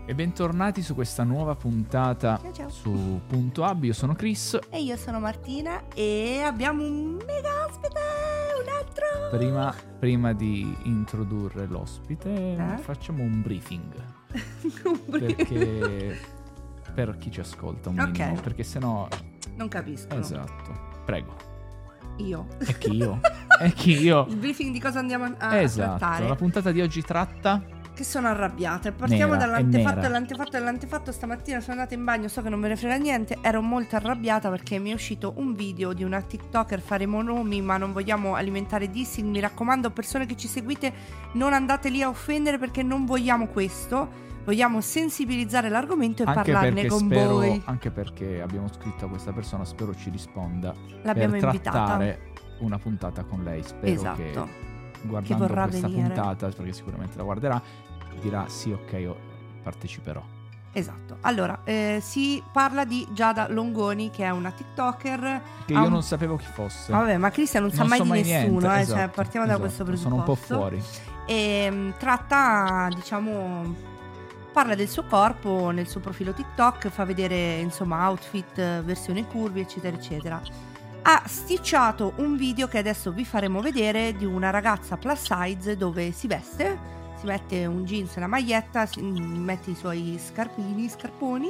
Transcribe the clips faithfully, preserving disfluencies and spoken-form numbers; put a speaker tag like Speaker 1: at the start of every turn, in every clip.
Speaker 1: E bentornati su questa nuova puntata
Speaker 2: ciao, ciao.
Speaker 1: su Punto Hub. Io sono Chris.
Speaker 2: E io sono Martina e abbiamo un mega ospite, un altro.
Speaker 1: Prima, prima di introdurre l'ospite
Speaker 2: eh?
Speaker 1: facciamo un briefing.
Speaker 2: un briefing.
Speaker 1: Perché per chi ci ascolta un
Speaker 2: Ok.
Speaker 1: minimo, perché sennò
Speaker 2: Non capisco.
Speaker 1: esatto. Prego.
Speaker 2: Io.
Speaker 1: E chi io? E chi io?
Speaker 2: Il briefing di cosa andiamo a
Speaker 1: Esatto.
Speaker 2: trattare?
Speaker 1: La puntata di oggi tratta
Speaker 2: Che sono arrabbiata. Partiamo
Speaker 1: Nera, è
Speaker 2: dall'antefatto
Speaker 1: nera.
Speaker 2: dall'antefatto dall'antefatto. Stamattina sono andata in bagno, so che non me ne frega niente. Ero molto arrabbiata perché mi è uscito un video di una TikToker, faremo nomi ma non vogliamo alimentare dissing. Mi raccomando, persone che ci seguite, non andate lì a offendere perché non vogliamo questo. Vogliamo sensibilizzare l'argomento e
Speaker 1: anche
Speaker 2: parlarne
Speaker 1: perché
Speaker 2: con
Speaker 1: spero,
Speaker 2: voi.
Speaker 1: anche perché abbiamo scritto a questa persona, spero ci risponda.
Speaker 2: L'abbiamo
Speaker 1: per
Speaker 2: invitata.
Speaker 1: trattare una puntata con lei. Spero
Speaker 2: Esatto.
Speaker 1: che
Speaker 2: Che
Speaker 1: guardando
Speaker 2: vorrà
Speaker 1: questa
Speaker 2: venire.
Speaker 1: puntata, perché sicuramente la guarderà, dirà sì, ok, io parteciperò.
Speaker 2: Esatto. Allora, eh, si parla di Giada Longoni, che è una TikToker.
Speaker 1: Che
Speaker 2: ha
Speaker 1: io
Speaker 2: un-
Speaker 1: non sapevo chi fosse.
Speaker 2: Ah, vabbè, ma Cristian non sa
Speaker 1: Non
Speaker 2: mai
Speaker 1: so
Speaker 2: di
Speaker 1: mai
Speaker 2: nessuno,
Speaker 1: niente,
Speaker 2: eh,
Speaker 1: esatto,
Speaker 2: cioè partiamo da
Speaker 1: esatto.
Speaker 2: questo presupposto.
Speaker 1: Sono un po' fuori.
Speaker 2: E mh, tratta, diciamo, parla del suo corpo nel suo profilo TikTok, fa vedere insomma outfit, eh, versione curvi, eccetera, eccetera. Ha sticciato un video che adesso vi faremo vedere di una ragazza plus size dove si veste, si mette un jeans e una maglietta, si mette i suoi scarpini, scarponi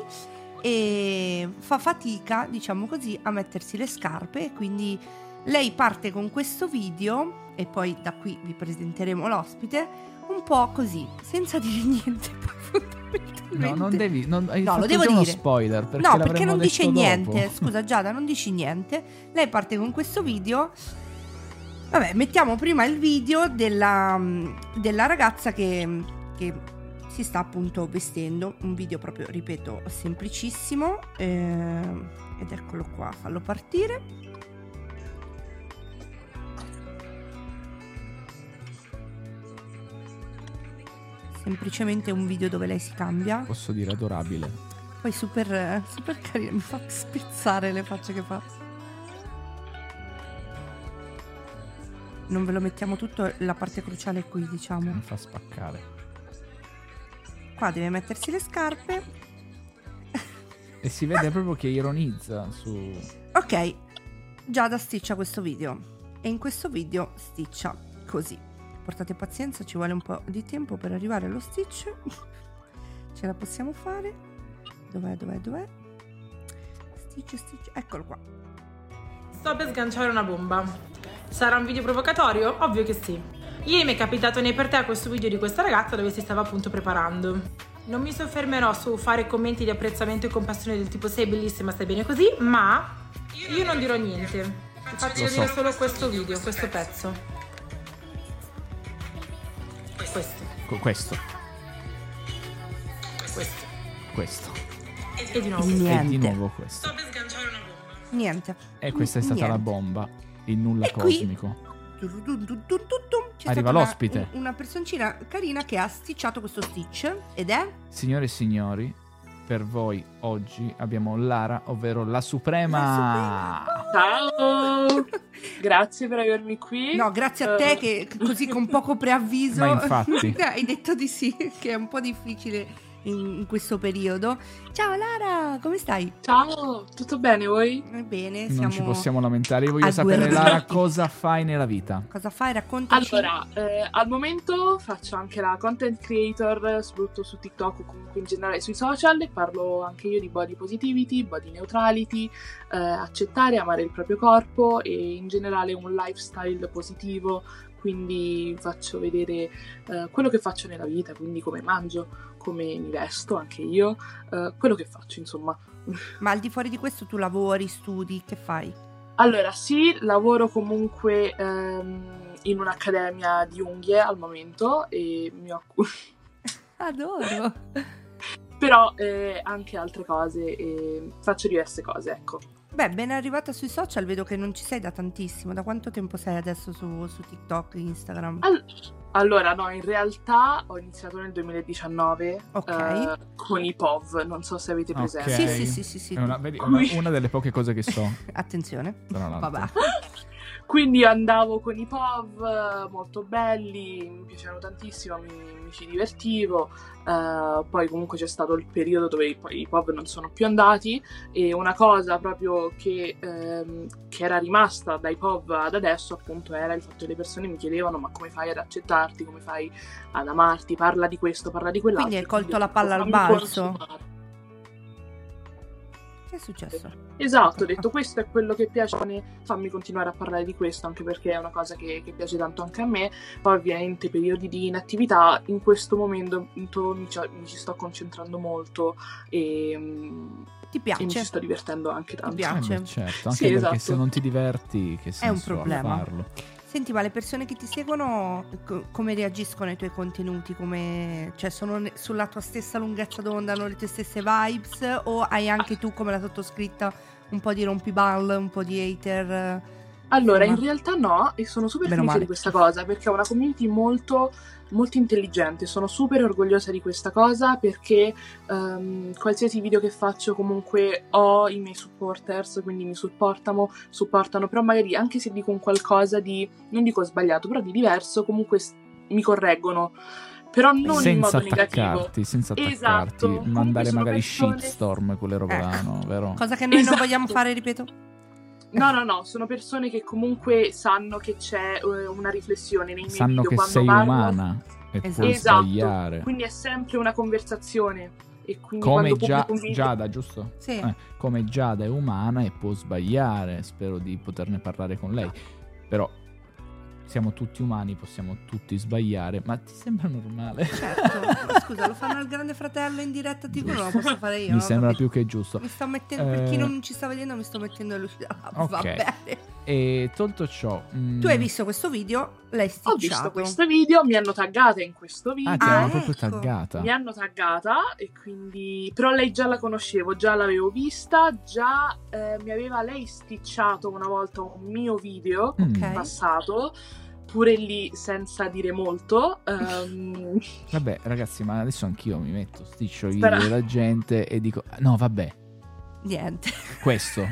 Speaker 2: e fa fatica, diciamo così, a mettersi le scarpe. Quindi lei parte con questo video e poi da qui vi presenteremo l'ospite un po' così, senza dire niente. fondamentalmente.
Speaker 1: No, non devi. Non, hai
Speaker 2: No, lo
Speaker 1: fatto
Speaker 2: devo
Speaker 1: già uno
Speaker 2: dire.
Speaker 1: spoiler. Perché
Speaker 2: No, perché
Speaker 1: l'avremmo
Speaker 2: non dice
Speaker 1: detto
Speaker 2: niente.
Speaker 1: dopo.
Speaker 2: Scusa Giada, non dici niente. Lei parte con questo video. Vabbè, mettiamo prima il video della, della ragazza che, che si sta appunto vestendo. Un video proprio, ripeto, semplicissimo. eh, ed eccolo qua, fallo partire. Semplicemente un video dove lei si cambia.
Speaker 1: Posso dire adorabile.
Speaker 2: Poi super, super carina, mi fa spizzare le facce che fa. Non ve lo mettiamo tutto, la parte cruciale è qui, diciamo.
Speaker 1: Mi fa spaccare.
Speaker 2: Qua deve mettersi le scarpe.
Speaker 1: E si vede proprio che ironizza su.
Speaker 2: Ok, Giada sticcia questo video. E in questo video sticcia così. Portate pazienza, ci vuole un po' di tempo per arrivare allo stitch. Ce la possiamo fare. Dov'è, dov'è, dov'è? Stitch, stitch, eccolo qua.
Speaker 3: Sto per sganciare una bomba. Sarà un video provocatorio? Ovvio che sì. Ieri mi è capitato nei per te questo video di questa ragazza dove si stava appunto preparando. Non mi soffermerò su fare commenti di apprezzamento e compassione del tipo sei bellissima, stai bene così, ma io non dirò niente. Ti faccio
Speaker 1: Lo
Speaker 3: vedere
Speaker 1: so.
Speaker 3: solo questo video, questo pezzo. Questo,
Speaker 1: Co- questo.
Speaker 3: questo.
Speaker 1: Questo.
Speaker 3: E di nuovo.
Speaker 2: Niente.
Speaker 1: E di nuovo questo.
Speaker 3: Sto per sganciare una bomba.
Speaker 2: Niente.
Speaker 1: E questa è stata
Speaker 2: Niente.
Speaker 1: la bomba. Il nulla
Speaker 2: E qui-
Speaker 1: cosmico.
Speaker 2: C'è
Speaker 1: Arriva
Speaker 2: stata
Speaker 1: l'ospite.
Speaker 2: Una, una personcina carina che ha sticciato questo stitch. Ed è?
Speaker 1: Signore e signori, per voi oggi abbiamo Lara, ovvero la Suprema.
Speaker 4: Ciao, grazie per avermi qui.
Speaker 2: No, grazie a te
Speaker 4: Eh,
Speaker 2: che così con poco preavviso
Speaker 1: Ma infatti.
Speaker 2: hai detto di sì, che è un po' difficile in, in questo periodo. Ciao Lara, come stai?
Speaker 4: Ciao, tutto bene voi?
Speaker 2: Bene,
Speaker 1: Non
Speaker 2: siamo...
Speaker 1: ci possiamo lamentare. Io voglio sapere,
Speaker 2: agguerriti.
Speaker 1: Lara, cosa fai nella vita.
Speaker 2: Cosa fai? Raccontaci.
Speaker 4: Allora, eh, al momento faccio anche la content creator, soprattutto su TikTok o comunque in generale sui social, e parlo anche io di body positivity, body neutrality, eh, accettare, amare il proprio corpo e in generale un lifestyle positivo. Quindi faccio vedere eh, quello che faccio nella vita, quindi come mangio, come mi vesto anche io, eh, quello che faccio insomma.
Speaker 2: Ma al di fuori di questo tu lavori, studi, che fai?
Speaker 4: Allora sì, lavoro comunque ehm, in un'accademia di unghie al momento e mi occupo,
Speaker 2: Adoro.
Speaker 4: però eh, anche altre cose e faccio diverse cose, ecco.
Speaker 2: Beh, ben arrivata sui social, vedo che non ci sei da tantissimo. Da quanto tempo sei adesso su, su TikTok, Instagram?
Speaker 4: Al- allora no, in realtà ho iniziato nel duemiladiciannove
Speaker 2: Ok.
Speaker 4: eh, con i P O V, non so se avete presente.
Speaker 1: Ok.
Speaker 2: Sì, sì, sì, sì, sì.
Speaker 1: È una, vedi, una,
Speaker 4: Qui-
Speaker 1: una delle poche cose che so.
Speaker 2: Attenzione.
Speaker 1: Tra l'altro.
Speaker 2: Vabbè.
Speaker 4: Quindi andavo con i P O V, molto belli, mi piacevano tantissimo, mi, mi ci divertivo. Uh, poi comunque c'è stato il periodo dove i, i P O V non sono più andati, e una cosa proprio che, ehm, che era rimasta dai P O V ad adesso appunto era il fatto che le persone mi chiedevano: ma come fai ad accettarti, come fai ad amarti, parla di questo, parla di quell'altro.
Speaker 2: Quindi hai colto la palla al balzo. Che è successo?
Speaker 4: Esatto, ho detto questo è quello che piace, fammi continuare a parlare di questo, anche perché è una cosa che, che piace tanto anche a me. Poi ovviamente periodi di inattività, in questo momento mi ci, mi ci sto concentrando molto e,
Speaker 2: ti piace?
Speaker 4: e mi ci sto divertendo anche tanto.
Speaker 2: Ti piace?
Speaker 1: Eh beh, certo, anche
Speaker 4: Sì,
Speaker 1: perché
Speaker 4: esatto.
Speaker 1: se non ti diverti che senso
Speaker 2: è un problema.
Speaker 1: ha farlo?
Speaker 2: Senti, ma le persone che ti seguono co- come reagiscono ai tuoi contenuti? Come, cioè, sono ne- sulla tua stessa lunghezza d'onda, hanno le tue stesse vibes, o hai anche tu, come la sottoscritta, un po' di rompiballe, un po' di hater?
Speaker 4: Allora,
Speaker 2: Insomma.
Speaker 4: in realtà no, e sono super
Speaker 2: Meno
Speaker 4: felice
Speaker 2: male.
Speaker 4: di questa cosa, perché è una community molto, molto intelligente. Sono super orgogliosa di questa cosa, perché um, qualsiasi video che faccio comunque ho i miei supporters, quindi mi supportano, supportano, però magari anche se dico un qualcosa di, non dico sbagliato, però di diverso, comunque s- mi correggono. Però non
Speaker 1: senza
Speaker 4: in modo negativo.
Speaker 1: attaccarti, senza attaccarti,
Speaker 4: Esatto.
Speaker 1: mandare
Speaker 4: Comunque sono
Speaker 1: magari
Speaker 4: persone-
Speaker 1: shitstorm, quelle robe là,
Speaker 2: Ecco.
Speaker 1: no? Vero?
Speaker 2: Cosa che noi
Speaker 4: Esatto.
Speaker 2: non vogliamo fare, ripeto?
Speaker 4: No, no, no, sono persone che comunque sanno che c'è eh, una riflessione nei miei
Speaker 1: Sanno
Speaker 4: video
Speaker 1: che
Speaker 4: quando
Speaker 1: sei
Speaker 4: parlo.
Speaker 1: umana e
Speaker 2: Esatto.
Speaker 1: puoi
Speaker 4: Esatto.
Speaker 1: sbagliare.
Speaker 4: Quindi è sempre una conversazione. E quindi
Speaker 1: Come
Speaker 4: quando
Speaker 1: Gia-
Speaker 4: pubblico un video...
Speaker 1: Giada, giusto?
Speaker 2: Sì.
Speaker 1: Eh, come Giada è umana e può sbagliare, spero di poterne parlare con lei. Però siamo tutti umani, possiamo tutti sbagliare, ma ti sembra normale?
Speaker 2: Certo. Ma scusa, lo fanno al Grande Fratello in diretta tivù, non lo posso fare io.
Speaker 1: Mi
Speaker 2: non ho
Speaker 1: sembra
Speaker 2: capito.
Speaker 1: più che giusto.
Speaker 2: Mi sto mettendo, per chi
Speaker 1: Eh,
Speaker 2: non ci sta vedendo, mi sto mettendo le luci. Ah, va
Speaker 1: ok.
Speaker 2: bene.
Speaker 1: E tolto ciò... mm,
Speaker 2: Tu hai visto questo video, l'hai
Speaker 4: Ho visto
Speaker 2: sticciato.
Speaker 4: questo video, mi hanno taggata in questo video.
Speaker 1: Ah, ti
Speaker 2: Ah,
Speaker 1: hanno proprio
Speaker 2: ecco.
Speaker 1: taggata.
Speaker 4: Mi hanno taggata e quindi... Però lei già la conoscevo, già l'avevo vista, già eh, mi aveva lei sticciato una volta un mio video
Speaker 1: Mm,
Speaker 2: Ok.
Speaker 4: passato, pure lì senza dire molto. ehm,
Speaker 1: Vabbè, ragazzi, ma adesso anch'io mi metto, sticcio i
Speaker 4: Spera-
Speaker 1: video della gente e dico... No, vabbè,
Speaker 2: Niente.
Speaker 1: questo,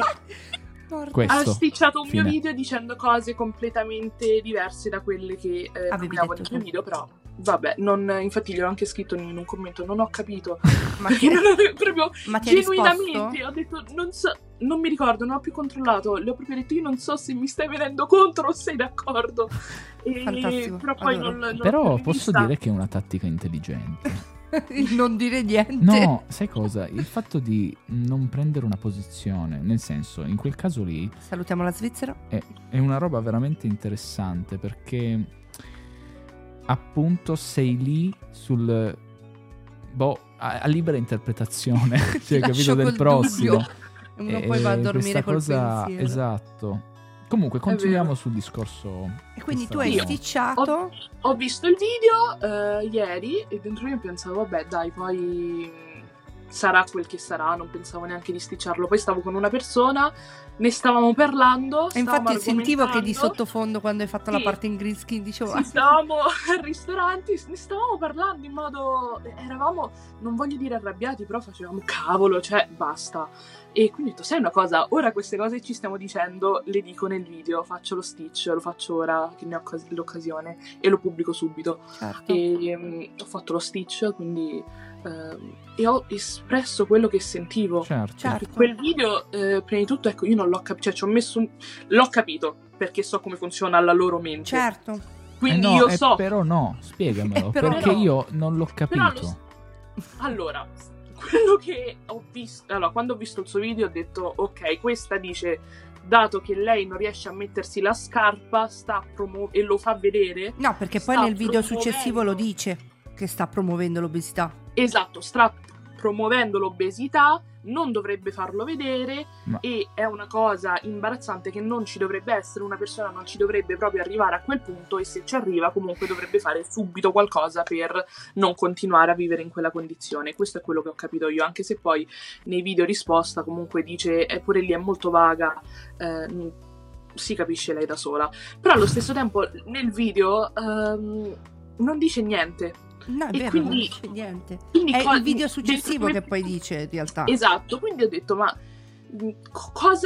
Speaker 2: Porca.
Speaker 1: questo.
Speaker 4: ha sticciato un
Speaker 1: Fine.
Speaker 4: mio video dicendo cose completamente diverse da quelle che eh,
Speaker 2: Avevi
Speaker 4: pubblicavo
Speaker 2: detto
Speaker 4: nel mio
Speaker 2: tu.
Speaker 4: video, però vabbè, non, infatti gliel'ho anche scritto in un commento, non ho capito,
Speaker 2: Ma
Speaker 4: perché
Speaker 2: che-
Speaker 4: non avevo proprio
Speaker 2: Ma ti ha
Speaker 4: genuinamente
Speaker 2: risposto?
Speaker 4: ho detto, non so, non mi ricordo, non ho più controllato, le ho proprio detto, io non so se mi stai venendo contro o sei d'accordo. E,
Speaker 2: Fantastico,
Speaker 4: però poi
Speaker 2: adoro.
Speaker 4: non, non l'ho
Speaker 1: Però
Speaker 4: più
Speaker 1: posso
Speaker 4: rivista.
Speaker 1: dire che è una tattica intelligente.
Speaker 2: Non dire niente.
Speaker 1: No, sai cosa? Il fatto di non prendere una posizione, nel senso, in quel caso lì
Speaker 2: Salutiamo la Svizzera.
Speaker 1: è, è una roba veramente interessante, perché appunto sei lì sul boh, a, a libera interpretazione,
Speaker 2: Ti
Speaker 1: cioè,
Speaker 2: lascio
Speaker 1: capito, del
Speaker 2: col
Speaker 1: prossimo.
Speaker 2: dubbio. Uno
Speaker 1: E
Speaker 2: poi va a dormire
Speaker 1: questa
Speaker 2: col
Speaker 1: cosa,
Speaker 2: pensiero.
Speaker 1: esatto. Comunque
Speaker 4: È
Speaker 1: continuiamo
Speaker 4: vero.
Speaker 1: sul discorso.
Speaker 2: E quindi
Speaker 1: che
Speaker 2: tu hai
Speaker 1: stavamo-
Speaker 2: sticciato.
Speaker 4: Ho visto il video eh, ieri e dentro io pensavo, vabbè dai, poi sarà quel che sarà, non pensavo neanche di sticciarlo. Poi stavo con una persona, ne stavamo parlando,
Speaker 2: E infatti
Speaker 4: stavamo
Speaker 2: sentivo che di
Speaker 4: argomentando.
Speaker 2: sottofondo, quando hai fatto la
Speaker 4: Sì.
Speaker 2: parte in green screen, dicevo...
Speaker 4: Sì, stavamo al ristorante, ne stavamo parlando in modo... Eravamo, non voglio dire arrabbiati, però facevamo cavolo, cioè basta. E quindi ho detto, sai una cosa, ora queste cose che ci stiamo dicendo le dico nel video, faccio lo stitch, lo faccio ora che ne ho occas- l'occasione e lo pubblico subito.
Speaker 2: Certo.
Speaker 4: E um, ho fatto lo stitch, quindi... ehm, e ho espresso quello che sentivo.
Speaker 1: Certo.
Speaker 2: Certo.
Speaker 4: Quel video, eh, prima di tutto, ecco, io non l'ho capito, cioè ci ho messo un... l'ho capito, perché so come funziona la loro mente.
Speaker 2: Certo.
Speaker 4: Quindi
Speaker 1: Eh no,
Speaker 4: io
Speaker 1: eh,
Speaker 4: so...
Speaker 1: però no, spiegamelo,
Speaker 2: Eh, però
Speaker 1: perché
Speaker 4: no.
Speaker 1: io non l'ho
Speaker 4: Però
Speaker 1: capito.
Speaker 4: lo- Allora, quello che ho visto... Allora, quando ho visto il suo video ho detto, ok, questa dice, dato che lei non riesce a mettersi la scarpa, sta promuovendo... e lo fa vedere...
Speaker 2: No, perché poi
Speaker 4: sta
Speaker 2: nel video
Speaker 4: promuovendo-
Speaker 2: successivo lo dice che sta promuovendo l'obesità.
Speaker 4: Esatto, sta promuovendo l'obesità, non dovrebbe farlo vedere
Speaker 1: Ma-
Speaker 4: e è una cosa imbarazzante che non ci dovrebbe essere, una persona non ci dovrebbe proprio arrivare a quel punto e se ci arriva comunque dovrebbe fare subito qualcosa per non continuare a vivere in quella condizione. Questo è quello che ho capito io, anche se poi nei video risposta comunque dice, eh, pure lì è molto vaga, eh, si capisce lei da sola, però allo stesso tempo nel video ehm, non dice niente.
Speaker 2: No, è
Speaker 4: E
Speaker 2: vero,
Speaker 4: quindi-
Speaker 2: non dice niente.
Speaker 4: Quindi
Speaker 2: È
Speaker 4: co-
Speaker 2: il video
Speaker 4: dentro
Speaker 2: successivo
Speaker 4: come-
Speaker 2: che poi dice in realtà.
Speaker 4: Esatto, quindi ho detto, ma mh, co- cosa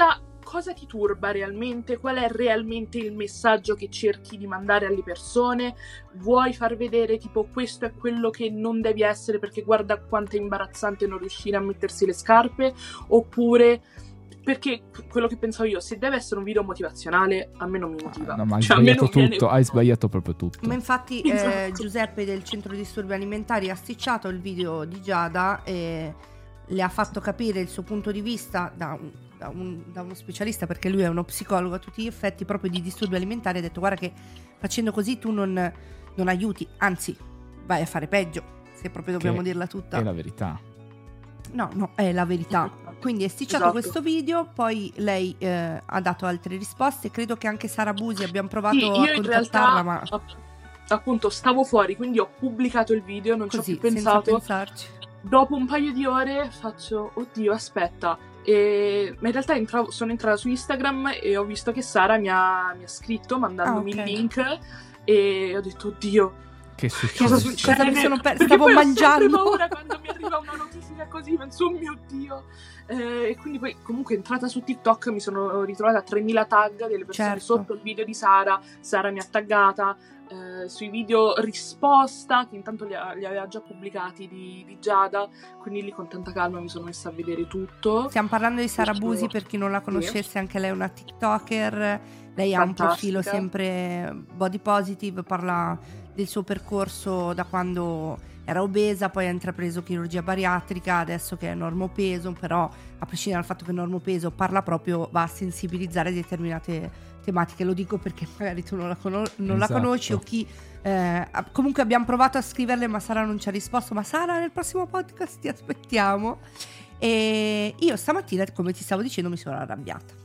Speaker 4: cosa ti turba realmente, qual è realmente il messaggio che cerchi di mandare alle persone, vuoi far vedere tipo questo è quello che non devi essere perché guarda quanto è imbarazzante non riuscire a mettersi le scarpe, oppure perché quello che penso io, se deve essere un video motivazionale a me non mi motiva.
Speaker 1: No, ma hai
Speaker 4: cioè,
Speaker 1: sbagliato tutto,
Speaker 4: viene...
Speaker 1: hai sbagliato proprio tutto.
Speaker 2: Ma infatti
Speaker 4: Esatto.
Speaker 2: eh, Giuseppe del Centro Disturbi Alimentari ha sticciato il video di Giada e le ha fatto capire il suo punto di vista da, un, da, un, da uno specialista, perché lui è uno psicologo a tutti gli effetti proprio di disturbi alimentari. Ha detto guarda che facendo così tu non, non aiuti, anzi vai a fare peggio, se proprio dobbiamo
Speaker 1: Che
Speaker 2: dirla tutta.
Speaker 1: È la verità.
Speaker 2: No, no, è la verità. Quindi è sticciato
Speaker 4: Esatto.
Speaker 2: questo video, poi lei eh, ha dato altre risposte. Credo che anche Sara Busi abbiamo provato
Speaker 4: Sì, io
Speaker 2: a
Speaker 4: in
Speaker 2: contattarla,
Speaker 4: realtà
Speaker 2: ma
Speaker 4: app- appunto stavo fuori, quindi ho pubblicato il video, non ci ho
Speaker 2: così,
Speaker 4: più
Speaker 2: senza
Speaker 4: pensato.
Speaker 2: pensarci.
Speaker 4: Dopo un paio di ore faccio, oddio, aspetta. E... ma in realtà entravo, sono entrata su Instagram e ho visto che Sara mi ha, mi ha scritto mandandomi
Speaker 2: Ah, ok.
Speaker 4: il link e ho detto, oddio,
Speaker 1: Che
Speaker 4: cosa
Speaker 1: succede?
Speaker 4: succede?
Speaker 2: Cosa mi sono per-
Speaker 4: Perché
Speaker 2: stavo
Speaker 4: poi
Speaker 2: mangiando.
Speaker 4: ho sempre paura quando mi arriva una notifica così, penso, oh mio Dio. Eh, e quindi poi comunque entrata su TikTok mi sono ritrovata a tremila tag delle persone
Speaker 2: Certo.
Speaker 4: sotto il video di Sara. Sara mi ha taggata eh, sui video risposta che intanto li, ha- li aveva già pubblicati di, di Giada, quindi lì con tanta calma mi sono messa a vedere tutto.
Speaker 2: Stiamo parlando di Sara
Speaker 4: Questo-
Speaker 2: Busi, per chi non la conoscesse, anche lei è una TikToker. Lei ha un
Speaker 4: Fantastica.
Speaker 2: profilo sempre body positive, parla del suo percorso da quando era obesa, poi ha intrapreso chirurgia bariatrica, adesso che è normopeso, però a prescindere dal fatto che è normopeso parla proprio, va a sensibilizzare determinate tematiche. Lo dico perché magari tu non la, cono- non la
Speaker 1: Esatto.
Speaker 2: conosci o chi... eh, comunque abbiamo provato a scriverle ma Sara non ci ha risposto. Ma Sara, nel prossimo podcast ti aspettiamo. E io stamattina, come ti stavo dicendo, mi sono arrabbiata.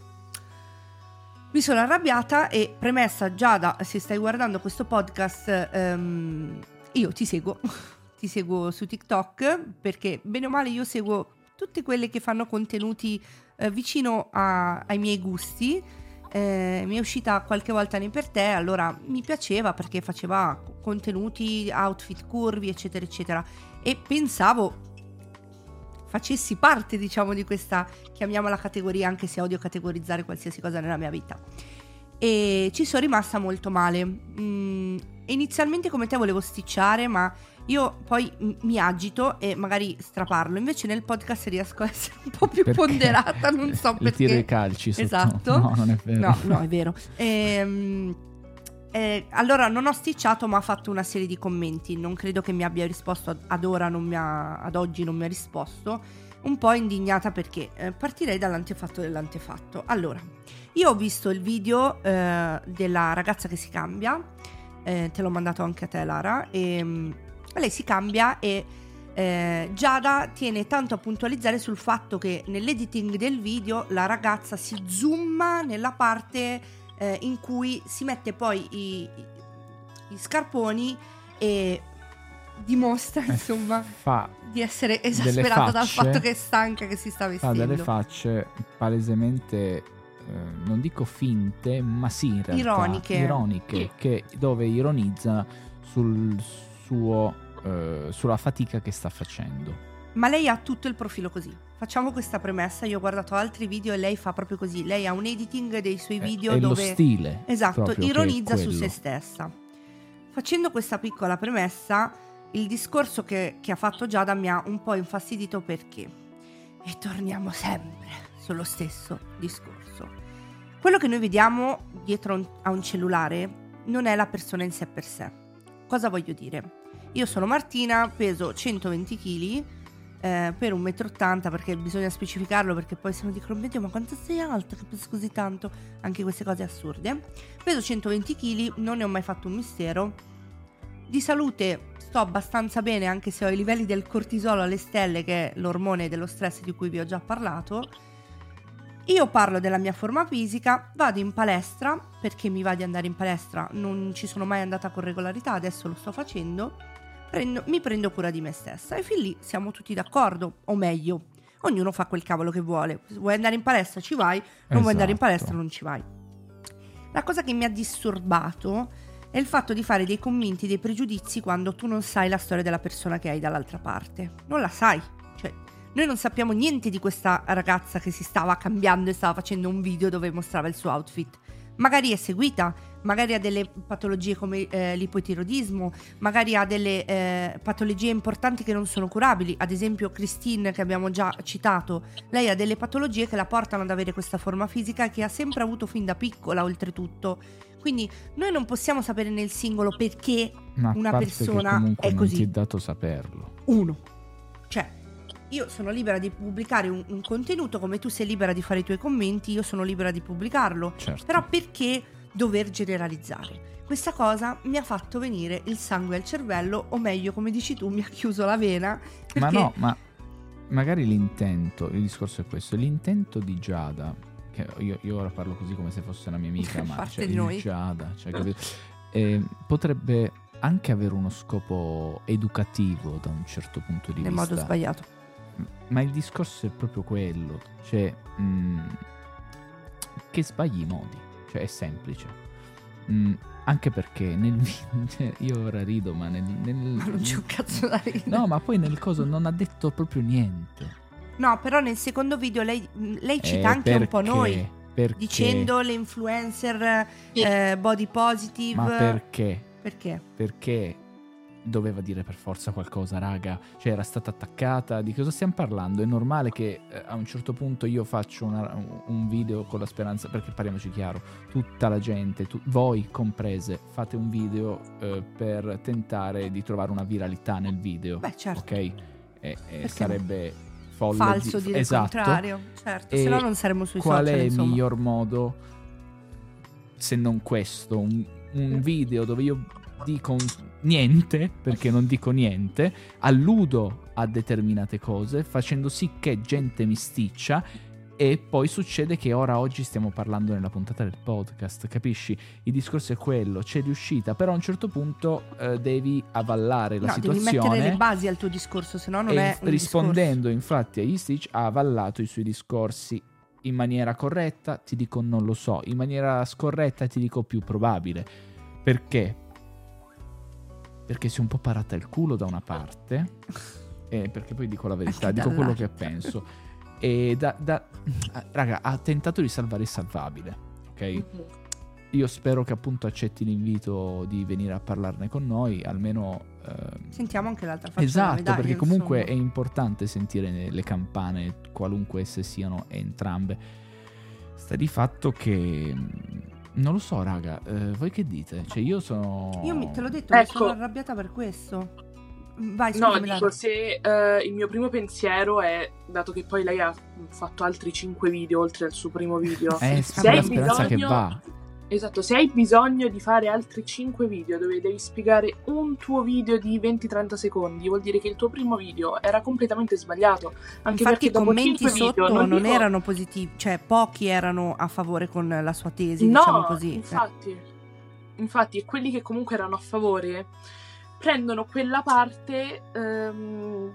Speaker 2: Mi sono arrabbiata e, premessa, Giada, se stai guardando questo podcast, ehm, io ti seguo, ti seguo su TikTok, perché bene o male io seguo tutte quelle che fanno contenuti eh, vicino a- ai miei gusti. Eh, mi è uscita qualche volta nei per te, allora mi piaceva perché faceva contenuti, outfit curvi, eccetera, eccetera, e pensavo facessi parte, diciamo, di questa, chiamiamola categoria, anche se odio categorizzare qualsiasi cosa nella mia vita. E ci sono rimasta molto male. Mm, inizialmente come te volevo sticciare, ma io poi m- mi agito e magari straparlo. Invece nel podcast riesco a essere un po' più
Speaker 1: Perché?
Speaker 2: ponderata, non so
Speaker 1: Le
Speaker 2: perché.
Speaker 1: tiro i calci sotto.
Speaker 2: Esatto.
Speaker 1: No, non è vero.
Speaker 2: No, no, è vero. Ehm, eh, allora non ho sticciato, ma ha fatto una serie di commenti. Non credo che mi abbia risposto ad, ad ora, non mi ha, ad oggi non mi ha risposto. Un po' indignata perché eh, partirei dall'antefatto dell'antefatto. Allora, io ho visto il video eh, della ragazza che si cambia, eh, te l'ho mandato anche a te, Lara, e mm, lei si cambia e eh, Giada tiene tanto a puntualizzare sul fatto che nell'editing del video la ragazza si zooma nella parte eh, in cui si mette poi i, i, i scarponi e dimostra, insomma,
Speaker 1: Fa
Speaker 2: di essere
Speaker 1: delle
Speaker 2: esasperata dal
Speaker 1: facce-
Speaker 2: fatto che è stanca, che si sta
Speaker 1: fa
Speaker 2: vestendo.
Speaker 1: delle facce palesemente, eh, non dico finte, ma sì, in realtà
Speaker 2: Ironiche.
Speaker 1: ironiche,
Speaker 2: Sì.
Speaker 1: che, dove ironizza sul suo, eh, sulla fatica che sta facendo.
Speaker 2: Ma lei ha tutto il profilo così. Facciamo questa premessa, io ho guardato altri video e lei fa proprio così. Lei ha un editing dei suoi video
Speaker 1: è, è
Speaker 2: dove...
Speaker 1: lo stile.
Speaker 2: Esatto,
Speaker 1: proprio che è
Speaker 2: ironizza su
Speaker 1: quello.
Speaker 2: se stessa. Facendo questa piccola premessa, il discorso che, che ha fatto Giada mi ha un po' infastidito perché, e torniamo sempre sullo stesso discorso, quello che noi vediamo dietro un- a un cellulare non è la persona in sé per sé. Cosa voglio dire? Io sono Martina, peso centoventi chili, eh, per un metro e ottanta, perché bisogna specificarlo, perché poi se no dicono "Mio Dio, ma quanto sei alta che pesi così tanto?" Anche queste cose assurde. Peso centoventi chili, non ne ho mai fatto un mistero. Di salute sto abbastanza bene, anche se ho i livelli del cortisolo alle stelle, che è l'ormone dello stress di cui vi ho già parlato. Io parlo della mia forma fisica, vado in palestra, perché mi va di andare in palestra, non ci sono mai andata con regolarità, adesso lo sto facendo, prendo- mi prendo cura di me stessa e fin lì siamo tutti d'accordo, o meglio, ognuno fa quel cavolo che vuole. Vuoi andare in palestra ci vai, non vuoi andare in
Speaker 1: Esatto.
Speaker 2: palestra non ci vai. La cosa che mi ha disturbato è il fatto di fare dei commenti, dei pregiudizi quando tu non sai la storia della persona che hai dall'altra parte. Non la sai, cioè Noi non sappiamo niente di questa ragazza che si stava cambiando e stava facendo un video dove mostrava il suo outfit. Magari è seguita, magari ha delle patologie come eh, l'ipotiroidismo, magari ha delle eh, patologie importanti che non sono curabili. Ad esempio Christine, che abbiamo già citato, lei ha delle patologie che la portano ad avere questa forma fisica che ha sempre avuto fin da piccola, oltretutto. Quindi noi non possiamo sapere nel singolo perché
Speaker 1: Ma
Speaker 2: una
Speaker 1: a parte
Speaker 2: persona
Speaker 1: che comunque
Speaker 2: è
Speaker 1: non
Speaker 2: così.
Speaker 1: ti è dato saperlo.
Speaker 2: Uno, cioè io sono libera di pubblicare un, un contenuto come tu sei libera di fare i tuoi commenti, io sono libera di pubblicarlo.
Speaker 1: Certo.
Speaker 2: Però perché dover generalizzare? Questa cosa mi ha fatto venire il sangue al cervello, o meglio, come dici tu, mi ha chiuso la vena. Perché...
Speaker 1: Ma no, ma magari l'intento, il discorso è questo, l'intento di Giada, che io, io ora parlo così come se fosse una mia amica, ma
Speaker 2: Parte
Speaker 1: cioè,
Speaker 2: di
Speaker 1: il
Speaker 2: noi.
Speaker 1: Giada, cioè, capito? Eh, potrebbe anche avere uno scopo educativo da un certo punto di
Speaker 2: nel
Speaker 1: vista.
Speaker 2: modo sbagliato.
Speaker 1: Ma il discorso è proprio quello, cioè mh, che sbagli i modi, cioè è semplice. Mh, anche perché nel video, cioè, io ora rido, ma nel, nel
Speaker 2: Ma non c'è un cazzo da ridere.
Speaker 1: no, ma poi nel coso non ha detto proprio niente.
Speaker 2: No, però nel secondo video lei, lei cita
Speaker 1: Eh,
Speaker 2: anche un po'
Speaker 1: perché?
Speaker 2: noi,
Speaker 1: Perché?
Speaker 2: dicendo le influencer eh, body positive.
Speaker 1: Ma perché?
Speaker 2: Perché?
Speaker 1: Perché doveva dire per forza qualcosa, raga? Cioè era stata attaccata, di cosa stiamo parlando? È normale che eh, a un certo punto io faccio una, un video con la speranza, perché parliamoci chiaro, tutta la gente, tu, voi comprese, fate un video eh, per tentare di trovare una viralità nel video.
Speaker 2: Beh, certo.
Speaker 1: Ok? E, e sarebbe folle
Speaker 2: Falso
Speaker 1: di...
Speaker 2: dire
Speaker 1: esatto.
Speaker 2: il contrario, certo,
Speaker 1: E
Speaker 2: se no non saremmo sui
Speaker 1: qual
Speaker 2: social,
Speaker 1: è il
Speaker 2: insomma.
Speaker 1: miglior modo, se non questo, un, un video dove io dico un- niente, perché non dico niente, alludo a determinate cose, facendo sì che gente mi sticcia, e poi succede che ora oggi stiamo parlando nella puntata del podcast, capisci? Il discorso è quello, c'è riuscita, però a un certo punto eh, devi avallare la
Speaker 2: No, devi
Speaker 1: situazione.
Speaker 2: mettere le basi al tuo discorso, se no non
Speaker 1: e
Speaker 2: è un
Speaker 1: rispondendo infatti agli Stitch ha avallato i suoi discorsi in maniera corretta, ti dico non lo so, in maniera scorretta ti dico più probabile. Perché? Perché si è un po' parata il culo da una parte, eh, perché poi dico la verità,
Speaker 2: Anche
Speaker 1: dico quello che
Speaker 2: dall'altra.
Speaker 1: penso, e da, da raga, ha tentato di salvare il salvabile, ok?
Speaker 4: Mhm.
Speaker 1: Io spero che appunto accetti l'invito di venire a parlarne con noi, almeno ehm,
Speaker 2: Sentiamo anche l'altra faccia della
Speaker 1: esatto,
Speaker 2: medaglia,
Speaker 1: perché comunque è
Speaker 2: insomma.
Speaker 1: importante sentire le campane, qualunque esse siano, entrambe. Sta di fatto che mh, non lo so, raga, eh, voi che dite? Cioè io sono
Speaker 2: Io mi, te l'ho detto, mi
Speaker 4: Ecco.
Speaker 2: sono arrabbiata per questo. Vai,
Speaker 4: No,
Speaker 2: scusami,
Speaker 4: dico,
Speaker 2: Lara.
Speaker 4: se eh, il mio primo pensiero è, dato che poi lei ha fatto altri cinque video oltre al suo primo video,
Speaker 1: eh,
Speaker 2: sì,
Speaker 1: sì,
Speaker 4: hai
Speaker 1: la speranza che
Speaker 4: bisogno-
Speaker 1: va.
Speaker 4: esatto, se hai bisogno di fare altri cinque video dove devi spiegare un tuo video di venti trenta secondi, vuol dire che il tuo primo video era completamente sbagliato. Anche
Speaker 2: Infatti
Speaker 4: perché
Speaker 2: i
Speaker 4: dopo
Speaker 2: commenti
Speaker 4: cinque
Speaker 2: sotto
Speaker 4: video,
Speaker 2: non,
Speaker 4: dico-
Speaker 2: erano positivi, cioè pochi erano a favore con la sua tesi,
Speaker 4: No,
Speaker 2: diciamo così.
Speaker 4: infatti, infatti, e quelli che comunque erano a favore prendono quella parte, ehm,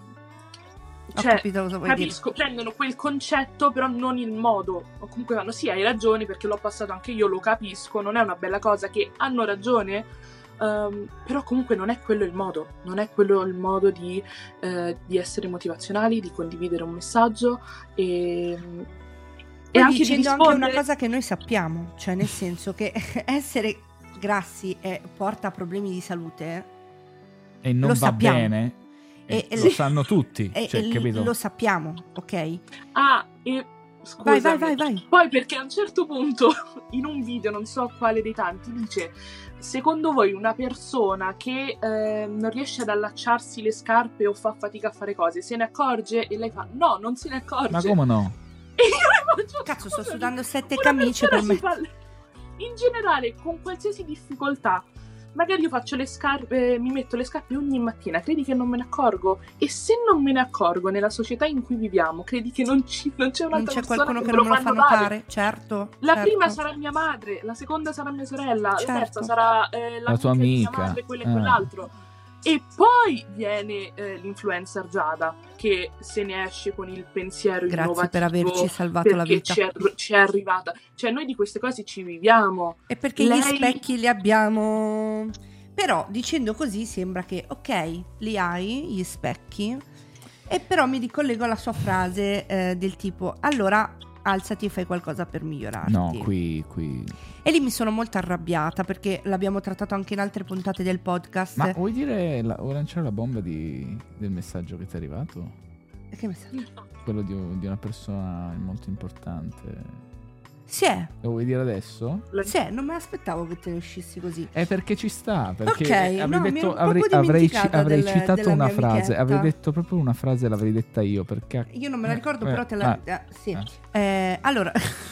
Speaker 2: Ho
Speaker 4: cioè,
Speaker 2: capito cosa vuoi
Speaker 4: capisco, prendono quel concetto, però non il modo. O comunque vanno, sì, hai ragione, perché l'ho passato anche io, lo capisco, non è una bella cosa, che hanno ragione, ehm, però comunque non è quello il modo, non è quello il modo di, eh, di essere motivazionali, di condividere un messaggio e, e
Speaker 2: Poi
Speaker 4: anche di
Speaker 2: dicendo anche
Speaker 4: rispondere.
Speaker 2: una cosa che noi sappiamo, cioè nel senso che essere grassi e porta a problemi di salute
Speaker 1: E non
Speaker 2: lo
Speaker 1: va
Speaker 2: sappiamo.
Speaker 1: bene, e
Speaker 2: E- e
Speaker 1: lo
Speaker 2: lo-
Speaker 1: sanno tutti,
Speaker 2: e,
Speaker 1: cioè,
Speaker 2: e
Speaker 1: capito?
Speaker 2: lo sappiamo, ok?
Speaker 4: Ah, e scusa.
Speaker 2: Vai, vai, vai, vai.
Speaker 4: Poi perché a un certo punto in un video, non so quale dei tanti, dice: secondo voi una persona che eh, non riesce ad allacciarsi le scarpe o fa fatica a fare cose se ne accorge? E lei fa: no, non se ne accorge.
Speaker 1: Ma come no?
Speaker 4: E io le faccio:
Speaker 2: Cazzo, sto
Speaker 4: scusami,
Speaker 2: sudando sette
Speaker 4: una
Speaker 2: camicie per
Speaker 4: persona
Speaker 2: me.
Speaker 4: si fa- in generale, con qualsiasi difficoltà, magari io faccio le scarpe, mi metto le scarpe ogni mattina, credi che non me ne accorgo? E se non me ne accorgo nella società in cui viviamo, credi che non, ci, non c'è
Speaker 2: Non
Speaker 4: un'altra
Speaker 2: c'è
Speaker 4: persona
Speaker 2: qualcuno che
Speaker 4: me
Speaker 2: non me lo fa
Speaker 4: fanno fare?
Speaker 2: notare, certo.
Speaker 4: La
Speaker 2: certo.
Speaker 4: prima sarà mia madre, la seconda sarà mia sorella,
Speaker 2: Certo.
Speaker 4: la terza sarà eh,
Speaker 1: La tua
Speaker 4: di
Speaker 1: amica.
Speaker 4: mia madre, quella e
Speaker 1: Ah.
Speaker 4: quell'altro. E poi viene eh, l'influencer Giada, che se ne esce con il pensiero
Speaker 2: Grazie
Speaker 4: innovativo,
Speaker 2: per averci salvato la
Speaker 4: perché
Speaker 2: vita.
Speaker 4: ci è, ci è arrivata. Cioè noi di queste cose ci viviamo.
Speaker 2: E perché
Speaker 4: Lei-
Speaker 2: gli specchi li abbiamo. Però dicendo così sembra che, ok, li hai gli specchi, E però mi ricollego alla sua frase eh, del tipo: allora alzati e fai qualcosa per migliorarti.
Speaker 1: No, qui, qui.
Speaker 2: E lì mi sono molto arrabbiata, perché l'abbiamo trattato anche in altre puntate del podcast.
Speaker 1: Ma vuoi dire, la, vuoi lanciare la bomba di, del messaggio che ti è arrivato?
Speaker 2: Che messaggio?
Speaker 1: Quello di, di una persona molto importante.
Speaker 2: Sì, è.
Speaker 1: Lo vuoi dire adesso?
Speaker 2: Sì, non me l'aspettavo che te ne uscissi così.
Speaker 1: È perché ci sta, perché
Speaker 2: Ok,
Speaker 1: avrei,
Speaker 2: no, mi
Speaker 1: detto,
Speaker 2: ero
Speaker 1: avrei,
Speaker 2: proprio
Speaker 1: avrei, ci-
Speaker 2: dimenticata
Speaker 1: avrei
Speaker 2: del-
Speaker 1: citato
Speaker 2: della
Speaker 1: una
Speaker 2: mia
Speaker 1: frase,
Speaker 2: amichetta.
Speaker 1: avrei detto proprio una frase, l'avrei detta io, perché...
Speaker 2: Io non me la ricordo,
Speaker 1: Eh,
Speaker 2: però te la...
Speaker 1: ah,
Speaker 2: eh, sì.
Speaker 1: ah.
Speaker 2: Eh, allora...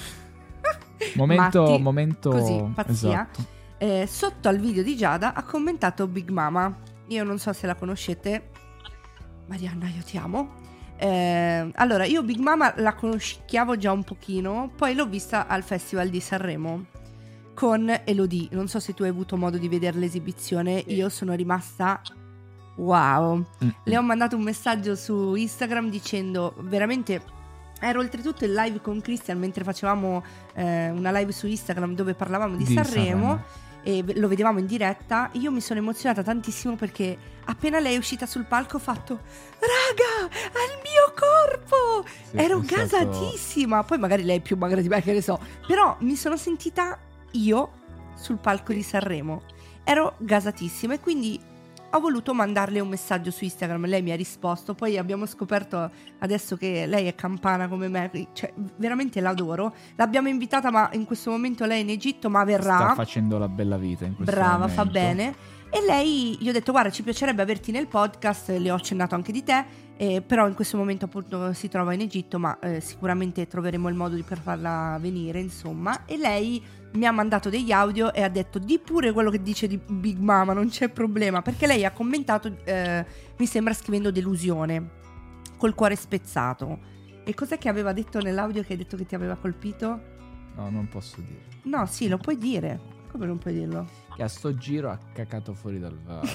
Speaker 1: Momento,
Speaker 2: Matti,
Speaker 1: momento...
Speaker 2: così, pazzia.
Speaker 1: Esatto.
Speaker 2: Eh, sotto al video di Giada ha commentato Big Mama. Io non so se la conoscete. Marianna, io ti amo. Eh, allora, io Big Mama la conosciavo già un pochino, poi l'ho vista al Festival di Sanremo con Elodie. Non so se tu hai avuto modo di vedere l'esibizione.
Speaker 4: Sì.
Speaker 2: Io sono rimasta wow.
Speaker 1: Mm.
Speaker 2: Le ho mandato un messaggio su Instagram dicendo veramente... Ero oltretutto in live con Christian mentre facevamo eh, una live su Instagram dove parlavamo di,
Speaker 1: Di
Speaker 2: Sanremo,
Speaker 1: Sanremo.
Speaker 2: e ve- lo vedevamo in diretta. Io mi sono emozionata tantissimo perché appena lei è uscita sul palco ho fatto: raga, al mio corpo!
Speaker 1: Sì,
Speaker 2: Ero
Speaker 1: è stato-
Speaker 2: gasatissima. Poi magari lei è più magra di me, che ne so. Però mi sono sentita io sul palco di Sanremo. Ero gasatissima e quindi ho voluto mandarle un messaggio su Instagram. Lei mi ha risposto. Poi abbiamo scoperto adesso che lei è campana come me, cioè veramente l'adoro. L'abbiamo invitata, ma in questo momento lei è in Egitto, ma verrà.
Speaker 1: Sta facendo la bella vita in questo
Speaker 2: Brava,
Speaker 1: momento.
Speaker 2: fa bene. E lei, gli ho detto: guarda, ci piacerebbe averti nel podcast. Le ho accennato anche di te, eh, però in questo momento appunto si trova in Egitto, ma eh, sicuramente troveremo il modo di per farla venire, insomma. E lei mi ha mandato degli audio e ha detto: di pure quello che dice di Big Mama, non c'è problema. Perché lei ha commentato, eh, mi sembra scrivendo delusione, col cuore spezzato. E cos'è che aveva detto nell'audio che hai detto che ti aveva colpito?
Speaker 1: No, non posso dire.
Speaker 2: No, sì, lo puoi dire. Come non puoi dirlo?
Speaker 1: Che a sto giro ha cacato fuori dal vaso.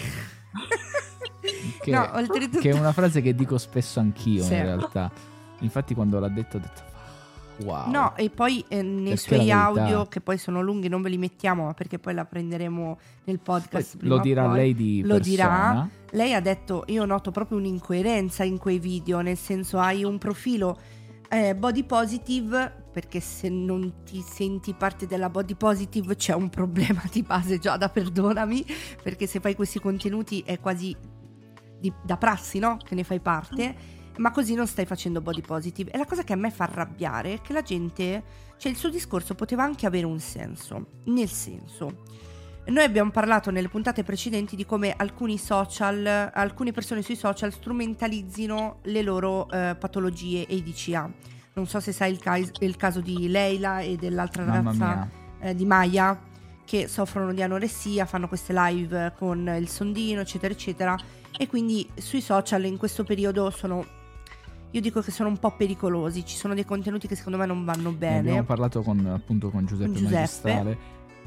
Speaker 1: Che,
Speaker 2: No, oltretutto-
Speaker 1: che è una frase che dico spesso anch'io
Speaker 2: Sì.
Speaker 1: in realtà. Infatti quando l'ha detto ho detto wow.
Speaker 2: No, e poi eh, nei
Speaker 1: Perché
Speaker 2: suoi
Speaker 1: la verità-
Speaker 2: audio, che poi sono lunghi, non ve li mettiamo, ma perché poi la prenderemo nel podcast.
Speaker 1: Poi
Speaker 2: prima
Speaker 1: lo
Speaker 2: o
Speaker 1: dirà
Speaker 2: poi.
Speaker 1: lei di
Speaker 2: Lo dirà.
Speaker 1: persona.
Speaker 2: Lei ha detto: io noto proprio un'incoerenza in quei video, nel senso hai un profilo eh, body positive, perché se non ti senti parte della body positive c'è un problema di base. Giada, perdonami, perché se fai questi contenuti è quasi di- da prassi, no? Che ne fai parte. Ma così non stai facendo body positive. E la cosa che a me fa arrabbiare è che la gente, cioè il suo discorso poteva anche avere un senso. Nel senso, noi abbiamo parlato nelle puntate precedenti di come alcuni social, alcune persone sui social strumentalizzino le loro eh, patologie A D C A. Non so se sai il, ca- il caso di Leila e dell'altra
Speaker 1: Mamma
Speaker 2: ragazza
Speaker 1: mia.
Speaker 2: eh, di Maya, che soffrono di anoressia, fanno queste live con il sondino, eccetera, eccetera. E quindi sui social in questo periodo sono... Io dico che sono un po' pericolosi. Ci sono dei contenuti che secondo me non vanno
Speaker 1: Ne
Speaker 2: bene.
Speaker 1: abbiamo parlato con, appunto con Giuseppe,
Speaker 2: Con Giuseppe.
Speaker 1: Magistrale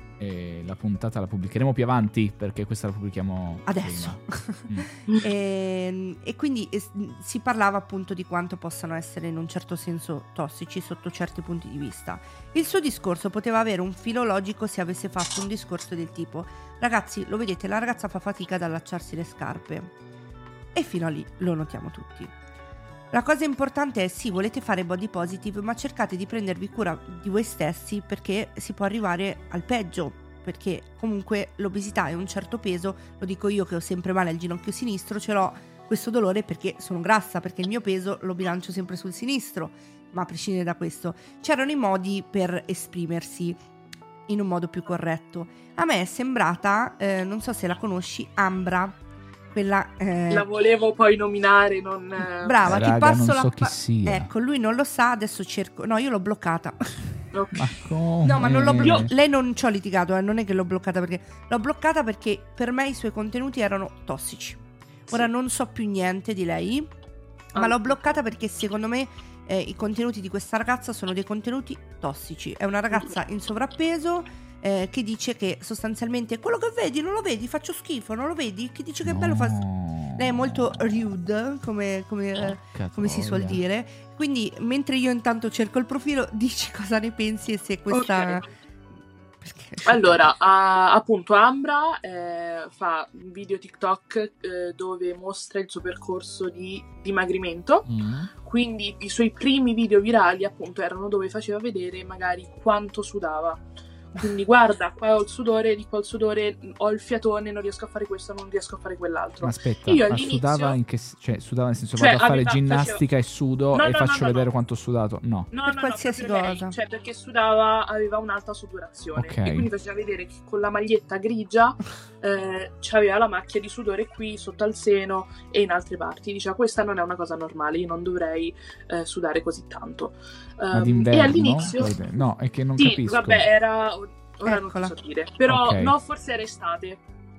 Speaker 1: e la puntata la pubblicheremo più avanti perché questa la pubblichiamo
Speaker 2: Adesso.
Speaker 1: prima. Mm.
Speaker 2: e, e quindi eh, si parlava appunto di quanto possano essere in un certo senso tossici sotto certi punti di vista. Il suo discorso poteva avere un filo logico se avesse fatto un discorso del tipo: ragazzi, lo vedete, la ragazza fa fatica ad allacciarsi le scarpe. E fino a lì lo notiamo tutti. La cosa importante è: sì, volete fare body positive, ma cercate di prendervi cura di voi stessi, perché si può arrivare al peggio. Perché comunque l'obesità è un certo peso, lo dico io che ho sempre male al ginocchio sinistro, ce l'ho questo dolore perché sono grassa, perché il mio peso lo bilancio sempre sul sinistro. Ma a prescindere da questo, c'erano i modi per esprimersi in un modo più corretto. A me è sembrata, eh, non so se la conosci, Ambra. Quella eh,
Speaker 4: La volevo poi nominare, non... eh,
Speaker 2: brava, ti
Speaker 1: Raga,
Speaker 2: passo
Speaker 1: non
Speaker 2: la
Speaker 1: so chi
Speaker 2: pa-
Speaker 1: sia.
Speaker 2: Ecco, lui non lo sa, adesso cerco. No, io l'ho bloccata.
Speaker 4: ok.
Speaker 1: Ma come?
Speaker 2: No, ma non l'ho blo-
Speaker 1: Eh.
Speaker 2: lei non ci ho litigato, eh, non è che l'ho bloccata, perché l'ho bloccata perché per me i suoi contenuti erano tossici. Ora non so più niente di lei, ma
Speaker 4: Ah.
Speaker 2: l'ho bloccata perché secondo me eh, i contenuti di questa ragazza sono dei contenuti tossici. È una ragazza in sovrappeso eh, che dice che sostanzialmente quello che vedi non lo vedi, faccio schifo, non lo vedi? Che dice che è bello fa...
Speaker 1: No.
Speaker 2: Lei è molto rude, come, come, eh,
Speaker 1: Porca
Speaker 2: come si suol
Speaker 1: troia.
Speaker 2: dire. Quindi mentre io intanto cerco il profilo, dici cosa ne pensi e se questa...
Speaker 4: Ok.
Speaker 2: Perché
Speaker 4: Allora, a- appunto Ambra eh, fa un video TikTok eh, dove mostra il suo percorso di dimagrimento,
Speaker 1: Mm.
Speaker 4: quindi i suoi primi video virali appunto erano dove faceva vedere magari quanto sudava. Quindi guarda, qua ho il sudore, di qua ho il sudore, ho il fiatone, non riesco a fare questo, non riesco a fare quell'altro.
Speaker 1: Ma aspetta,
Speaker 4: Io
Speaker 1: ma
Speaker 4: all'inizio-
Speaker 1: sudava in che s- cioè sudava nel senso
Speaker 4: Cioè,
Speaker 1: vado a fare
Speaker 4: aveva-
Speaker 1: ginnastica e sudo
Speaker 4: No,
Speaker 1: e
Speaker 4: no,
Speaker 1: faccio
Speaker 4: no, no,
Speaker 1: vedere
Speaker 4: no.
Speaker 1: quanto ho sudato? No.
Speaker 4: No,
Speaker 2: Per
Speaker 4: no,
Speaker 2: qualsiasi
Speaker 4: no, proprio lei,
Speaker 2: cosa.
Speaker 4: cioè perché sudava, aveva un'alta sudorazione
Speaker 1: Ok.
Speaker 4: e quindi faceva vedere che con la maglietta grigia eh, c'aveva la macchia di sudore qui sotto al seno e in altre parti. Diceva questa non è una cosa normale, io non dovrei eh, sudare così tanto.
Speaker 1: Ma
Speaker 4: Um,
Speaker 1: d'inverno?
Speaker 4: e all'inizio
Speaker 1: Poi- No, è che non
Speaker 4: sì,
Speaker 1: capisco.
Speaker 4: vabbè, era ora
Speaker 2: Eccola.
Speaker 4: non so dire, però
Speaker 1: Ok.
Speaker 4: no, forse era estate.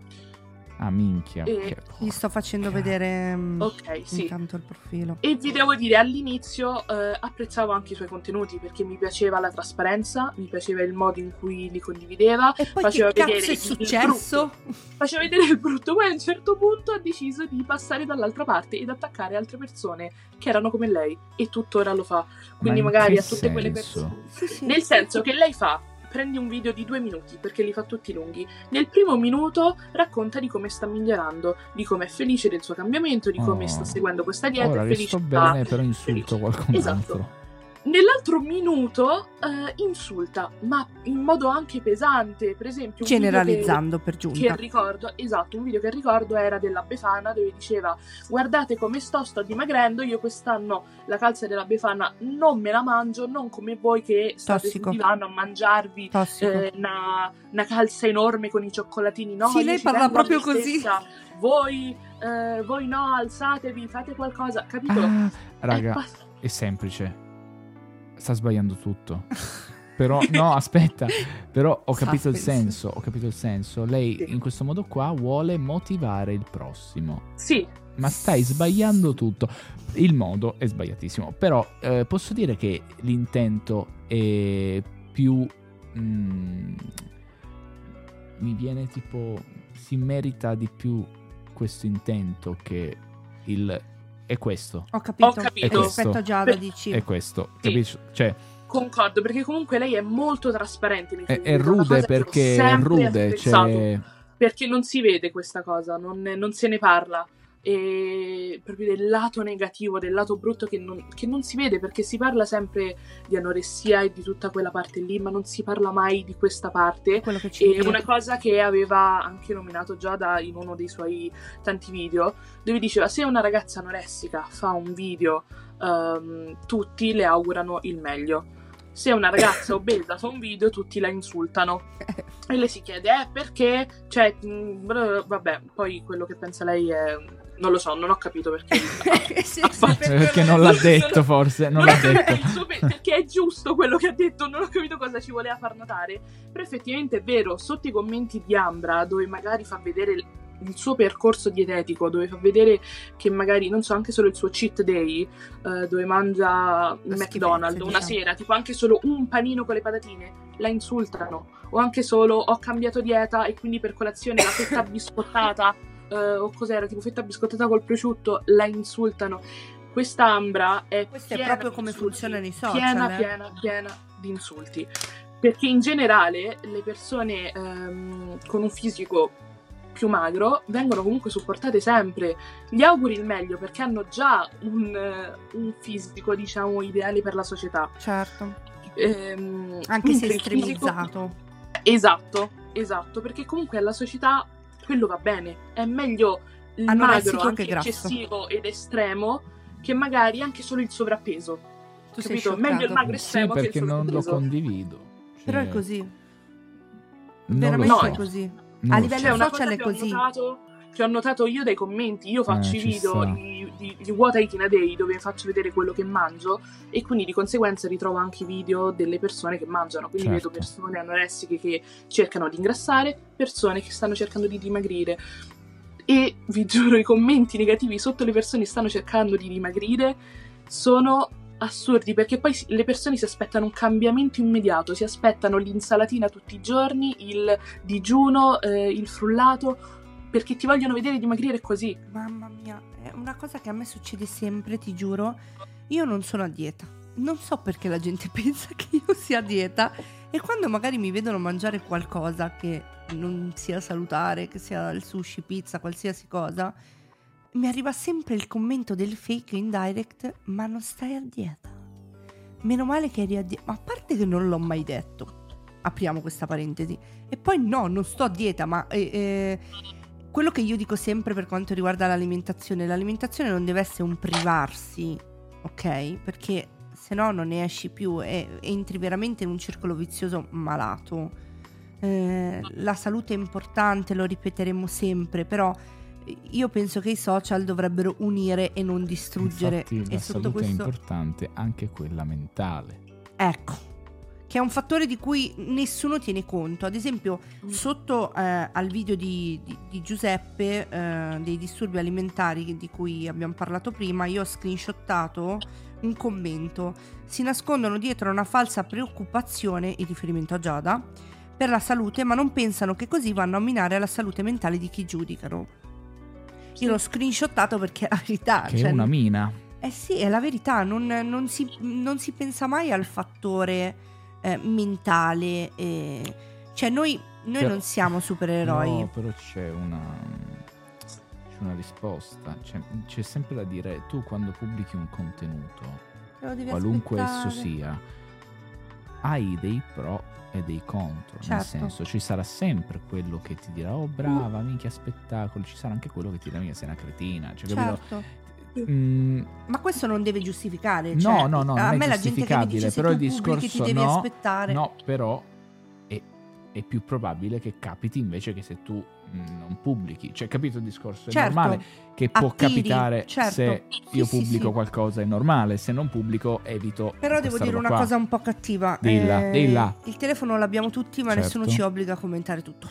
Speaker 1: Ah, minchia.
Speaker 4: E-
Speaker 1: Che-
Speaker 2: Gli sto facendo vedere mm,
Speaker 4: Ok, sì.
Speaker 2: intanto il profilo.
Speaker 4: E vi devo dire, all'inizio eh, apprezzavo anche i suoi contenuti perché mi piaceva la trasparenza, mi piaceva il modo in cui li condivideva,
Speaker 2: E poi
Speaker 4: faceva
Speaker 2: che cazzo
Speaker 4: vedere
Speaker 2: è
Speaker 4: il
Speaker 2: successo?
Speaker 4: faceva vedere il brutto, poi a un certo punto ha deciso di passare dall'altra parte ed attaccare altre persone che erano come lei e tuttora lo fa. Quindi
Speaker 1: Ma in
Speaker 4: magari
Speaker 1: che
Speaker 4: a tutte quelle
Speaker 1: senso?
Speaker 4: persone.
Speaker 2: Sì, sì.
Speaker 4: Nel senso che lei fa, prendi un video di due minuti perché li fa tutti lunghi. Nel primo minuto racconta di come sta migliorando, di come è felice del suo cambiamento, di come
Speaker 1: Oh.
Speaker 4: sta seguendo questa dieta.
Speaker 1: Ora
Speaker 4: è
Speaker 1: che
Speaker 4: felice
Speaker 1: sto
Speaker 4: da-
Speaker 1: bene, però insulto
Speaker 4: felice.
Speaker 1: qualcun
Speaker 4: Esatto.
Speaker 1: altro.
Speaker 4: Nell'altro minuto eh, insulta, ma in modo anche pesante. Per esempio, un video
Speaker 2: Generalizzando per
Speaker 4: che, che
Speaker 2: giunta.
Speaker 4: ricordo, esatto, un video che ricordo era della Befana dove diceva: guardate come sto, sto dimagrendo, io quest'anno la calza della Befana non me la mangio, non come voi che state
Speaker 2: Tossico.
Speaker 4: sul divano a mangiarvi
Speaker 2: Tossico.
Speaker 4: eh, una, una calza enorme con i cioccolatini. No,
Speaker 2: Sì,
Speaker 4: io
Speaker 2: lei
Speaker 4: ci
Speaker 2: parla
Speaker 4: tengo a
Speaker 2: proprio
Speaker 4: me
Speaker 2: così.
Speaker 4: stessa. Voi, eh, voi no, alzatevi, fate qualcosa, capito?
Speaker 1: Ah,
Speaker 4: È
Speaker 1: raga,
Speaker 4: pas-
Speaker 1: è semplice. Sta sbagliando tutto. Però, no, aspetta. Però ho capito il
Speaker 2: Suspense.
Speaker 1: senso. Ho capito il senso. Lei
Speaker 4: Sì.
Speaker 1: in questo modo qua vuole motivare il prossimo.
Speaker 4: sì,
Speaker 1: Ma stai sbagliando tutto. Il modo è sbagliatissimo. Però eh, posso dire che l'intento è più. mm, mi viene tipo. Si merita di più questo intento che il. È questo.
Speaker 2: Ho capito.
Speaker 4: Ho capito.
Speaker 2: Rispetto a Giada
Speaker 4: Beh,
Speaker 2: dici.
Speaker 1: È questo.
Speaker 4: Sì.
Speaker 1: Capisci? Cioè.
Speaker 4: concordo, perché comunque lei è molto trasparente nei
Speaker 1: È,
Speaker 4: film,
Speaker 1: è
Speaker 4: una
Speaker 1: rude
Speaker 4: cosa che ho
Speaker 1: perché è
Speaker 4: sempre
Speaker 1: rude,
Speaker 4: apprezzato,
Speaker 1: cioè,
Speaker 4: perché non si vede questa cosa, non, non se ne parla, e proprio del lato negativo, del lato brutto che non, che non si vede, perché si parla sempre di anoressia e di tutta quella parte lì, ma non si parla mai di questa parte.
Speaker 2: Quello che ci
Speaker 4: E una cosa che aveva anche nominato Giada in uno dei suoi tanti video, dove diceva: se una ragazza anoressica fa un video, um, tutti le augurano il meglio. Se una ragazza obesa fa un video, tutti la insultano. E lei si chiede, eh, perché? Cioè, mh, brr, vabbè, poi quello che pensa lei è... Non lo so, non ho capito perché...
Speaker 2: Sì,
Speaker 4: ha fatto-
Speaker 2: perché
Speaker 1: perché non l'ha detto forse, non l'ha
Speaker 4: ho capito
Speaker 1: detto.
Speaker 4: il suo pe- perché è giusto quello che ha detto, non ho capito cosa ci voleva far notare. Però effettivamente è vero, sotto i commenti di Ambra, dove magari fa vedere il, il suo percorso dietetico, dove fa vedere che magari, non so, anche solo il suo cheat day, eh, dove mangia il
Speaker 2: schifezze,
Speaker 4: McDonald's una
Speaker 2: diciamo.
Speaker 4: sera, tipo anche solo un panino con le patatine, la insultano. O anche solo ho cambiato dieta e quindi per colazione la fetta biscottata, eh, o cos'era, tipo fetta biscottata col prosciutto, la insultano. Questa Ambra è
Speaker 2: Questo è
Speaker 4: piena
Speaker 2: proprio
Speaker 4: di
Speaker 2: come
Speaker 4: insulti,
Speaker 2: funzionano i social,
Speaker 4: piena,
Speaker 2: eh.
Speaker 4: piena, piena di insulti. Perché in generale le persone ehm, con un fisico più magro vengono comunque supportate sempre. Gli auguri il meglio perché hanno già un, eh, un fisico, diciamo, ideale per la società.
Speaker 2: Certo.
Speaker 4: Ehm,
Speaker 2: Anche se
Speaker 4: mentre il fisico-
Speaker 2: estremizzato.
Speaker 4: Esatto, esatto, perché comunque alla società quello va bene. È meglio il
Speaker 2: Anoressico
Speaker 4: magro, anche
Speaker 2: che grasso.
Speaker 4: eccessivo ed estremo, che magari anche solo il sovrappeso.
Speaker 2: Tu sei
Speaker 4: Capito? Meglio il
Speaker 2: scioccato.
Speaker 4: magro
Speaker 1: Sì,
Speaker 4: estremo che il
Speaker 1: perché non lo
Speaker 4: sovrappeso.
Speaker 1: condivido. Cioè,
Speaker 2: Però è così.
Speaker 1: non lo
Speaker 2: Veramente
Speaker 1: so.
Speaker 2: è così.
Speaker 1: Non
Speaker 2: A
Speaker 1: lo
Speaker 2: livello
Speaker 1: so.
Speaker 4: Cioè, una
Speaker 2: social
Speaker 4: cosa
Speaker 2: è
Speaker 4: che ho
Speaker 2: così.
Speaker 4: notato, che ho notato io dai commenti, io faccio
Speaker 1: Eh,
Speaker 4: i
Speaker 1: ci
Speaker 4: video
Speaker 1: sta.
Speaker 4: di, di, di What I Eat in a Day dove faccio vedere quello che mangio e quindi di conseguenza ritrovo anche i video delle persone che mangiano, quindi
Speaker 1: Certo.
Speaker 4: vedo persone anoressiche che cercano di ingrassare, persone che stanno cercando di dimagrire e vi giuro i commenti negativi sotto le persone che stanno cercando di dimagrire sono assurdi, perché poi si- le persone si aspettano un cambiamento immediato, si aspettano l'insalatina tutti i giorni, il digiuno, eh, il frullato, perché ti vogliono vedere dimagrire così.
Speaker 2: Mamma mia, è una cosa che a me succede sempre, ti giuro. Io non sono a dieta. non so perché la gente pensa che io sia a dieta, e quando magari mi vedono mangiare qualcosa che non sia salutare, che sia il sushi, pizza, qualsiasi cosa, mi arriva sempre il commento del fake in direct: ma non stai a dieta? Meno male che eri a dieta. Ma a parte che non l'ho mai detto, apriamo questa parentesi, e poi no, non sto a dieta, ma eh, eh, quello che io dico sempre per quanto riguarda l'alimentazione, l'alimentazione non deve essere un privarsi, ok? Perché se no non ne esci più e entri veramente in un circolo vizioso malato. Eh, la salute è importante, lo ripeteremo sempre, però io penso che i social dovrebbero unire e non distruggere.
Speaker 1: Infatti la
Speaker 2: e sotto
Speaker 1: salute
Speaker 2: questo...
Speaker 1: è importante, anche quella mentale.
Speaker 2: Ecco, che è un fattore di cui nessuno tiene conto. Ad esempio, sotto eh, al video di, di, di Giuseppe eh, dei disturbi alimentari di cui abbiamo parlato prima, io ho screenshottato un commento: si nascondono dietro una falsa preoccupazione, in riferimento a Giada, per la salute, ma non pensano che così vanno a minare la salute mentale di chi giudicano. Io l'ho screenshottato perché è la verità.
Speaker 1: Che
Speaker 2: cioè,
Speaker 1: è una mina.
Speaker 2: Eh sì, è la verità, non, non, si, non si pensa mai al fattore eh, mentale. Eh. Cioè noi, noi
Speaker 1: Però-
Speaker 2: non siamo supereroi.
Speaker 1: No, però c'è una c'è una risposta. C'è, c'è sempre da dire: tu quando pubblichi un contenuto,
Speaker 2: Però devi
Speaker 1: qualunque
Speaker 2: aspettare.
Speaker 1: esso sia, hai dei pro e dei contro. Nel
Speaker 2: Certo.
Speaker 1: senso, ci sarà sempre quello che ti dirà: oh brava, minchia spettacolo. Ci sarà anche quello che ti dirà: minchia sei una cretina. Cioè, capito?
Speaker 2: Certo.
Speaker 1: Mm,
Speaker 2: Ma questo non deve giustificare.
Speaker 1: no,
Speaker 2: cioè,
Speaker 1: no, no,
Speaker 2: a
Speaker 1: non
Speaker 2: me
Speaker 1: è
Speaker 2: la gente che mi
Speaker 1: giustificabile.
Speaker 2: dice: se
Speaker 1: Però
Speaker 2: tu
Speaker 1: il
Speaker 2: pubblichi
Speaker 1: discorso
Speaker 2: ti devi
Speaker 1: no,
Speaker 2: aspettare.
Speaker 1: no, però è, è più probabile che capiti invece che se tu mm, non pubblichi. Cioè, capito il discorso? È
Speaker 2: Certo.
Speaker 1: normale che può
Speaker 2: Attiri,
Speaker 1: capitare
Speaker 2: certo.
Speaker 1: se
Speaker 2: Sì,
Speaker 1: io
Speaker 2: sì,
Speaker 1: pubblico
Speaker 2: sì.
Speaker 1: qualcosa, è normale. Se non pubblico, evito.
Speaker 2: Però devo
Speaker 1: questa
Speaker 2: dire
Speaker 1: roba
Speaker 2: una
Speaker 1: qua.
Speaker 2: cosa un po' cattiva.
Speaker 1: Dilla, dilla.
Speaker 2: Il telefono l'abbiamo tutti, ma
Speaker 1: Certo.
Speaker 2: nessuno ci obbliga a commentare tutto.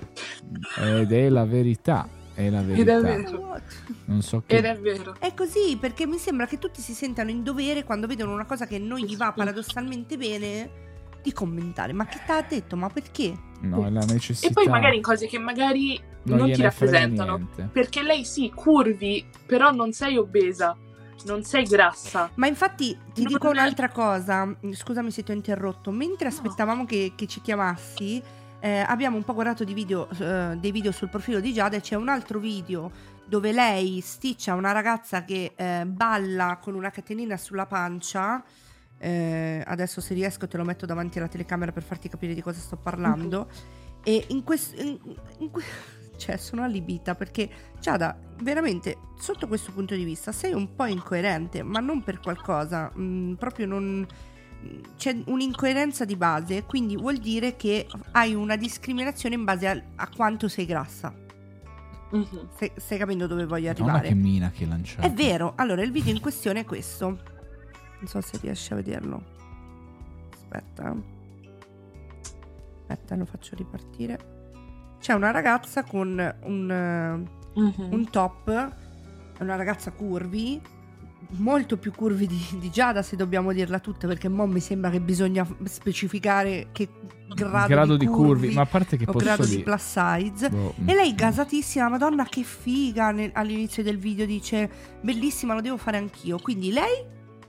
Speaker 1: Ed è la verità. È la
Speaker 4: Ed
Speaker 1: verità.
Speaker 4: è vero.
Speaker 1: Non so che.
Speaker 4: Ed è vero.
Speaker 2: È così, perché mi sembra che tutti si sentano in dovere, quando vedono una cosa che non gli va paradossalmente bene, di commentare. Ma che t'ha detto? Ma perché?
Speaker 1: No, è la necessità.
Speaker 4: E poi magari in cose che magari
Speaker 1: Non
Speaker 4: non, ti
Speaker 1: gliene frega
Speaker 4: rappresentano.
Speaker 1: niente.
Speaker 4: Perché lei sì, curvi, però non sei obesa, non sei grassa.
Speaker 2: Ma infatti ti
Speaker 4: Non
Speaker 2: dico
Speaker 4: è-
Speaker 2: un'altra cosa, scusami se ti ho interrotto. Mentre aspettavamo che, che ci chiamassi, eh, abbiamo un po' guardato di video, eh, dei video sul profilo di Giada, e c'è un altro video dove lei sticcia una ragazza che eh, balla con una catenina sulla pancia. Eh, adesso se riesco te lo metto davanti alla telecamera per farti capire di cosa sto parlando. E in questo in, in que- cioè sono allibita, perché Giada, veramente sotto questo punto di vista sei un po' incoerente, ma non per qualcosa, mh, proprio non c'è un'incoerenza di base, quindi vuol dire che hai una discriminazione in base a, a quanto sei grassa.
Speaker 4: Mhm.
Speaker 2: Stai, stai capendo dove voglio
Speaker 1: Madonna,
Speaker 2: arrivare?
Speaker 1: che mina che lanciata.
Speaker 2: È vero. Allora, il video in questione è questo. Non so se riesci a vederlo. Aspetta. Aspetta, lo faccio ripartire. C'è una ragazza con un, eh,
Speaker 4: Mhm.
Speaker 2: un top, una ragazza curvy, molto più curvy di, di Giada, se dobbiamo dirla tutta, perché mo mi sembra che bisogna specificare che grado,
Speaker 1: grado
Speaker 2: di
Speaker 1: di
Speaker 2: curvy,
Speaker 1: curvi, ma a parte che
Speaker 2: o
Speaker 1: posso
Speaker 2: grado di
Speaker 1: dire
Speaker 2: plus size.
Speaker 1: boh,
Speaker 2: E lei gasatissima, madonna che figa, nel- all'inizio del video dice bellissima, lo devo fare anch'io. Quindi lei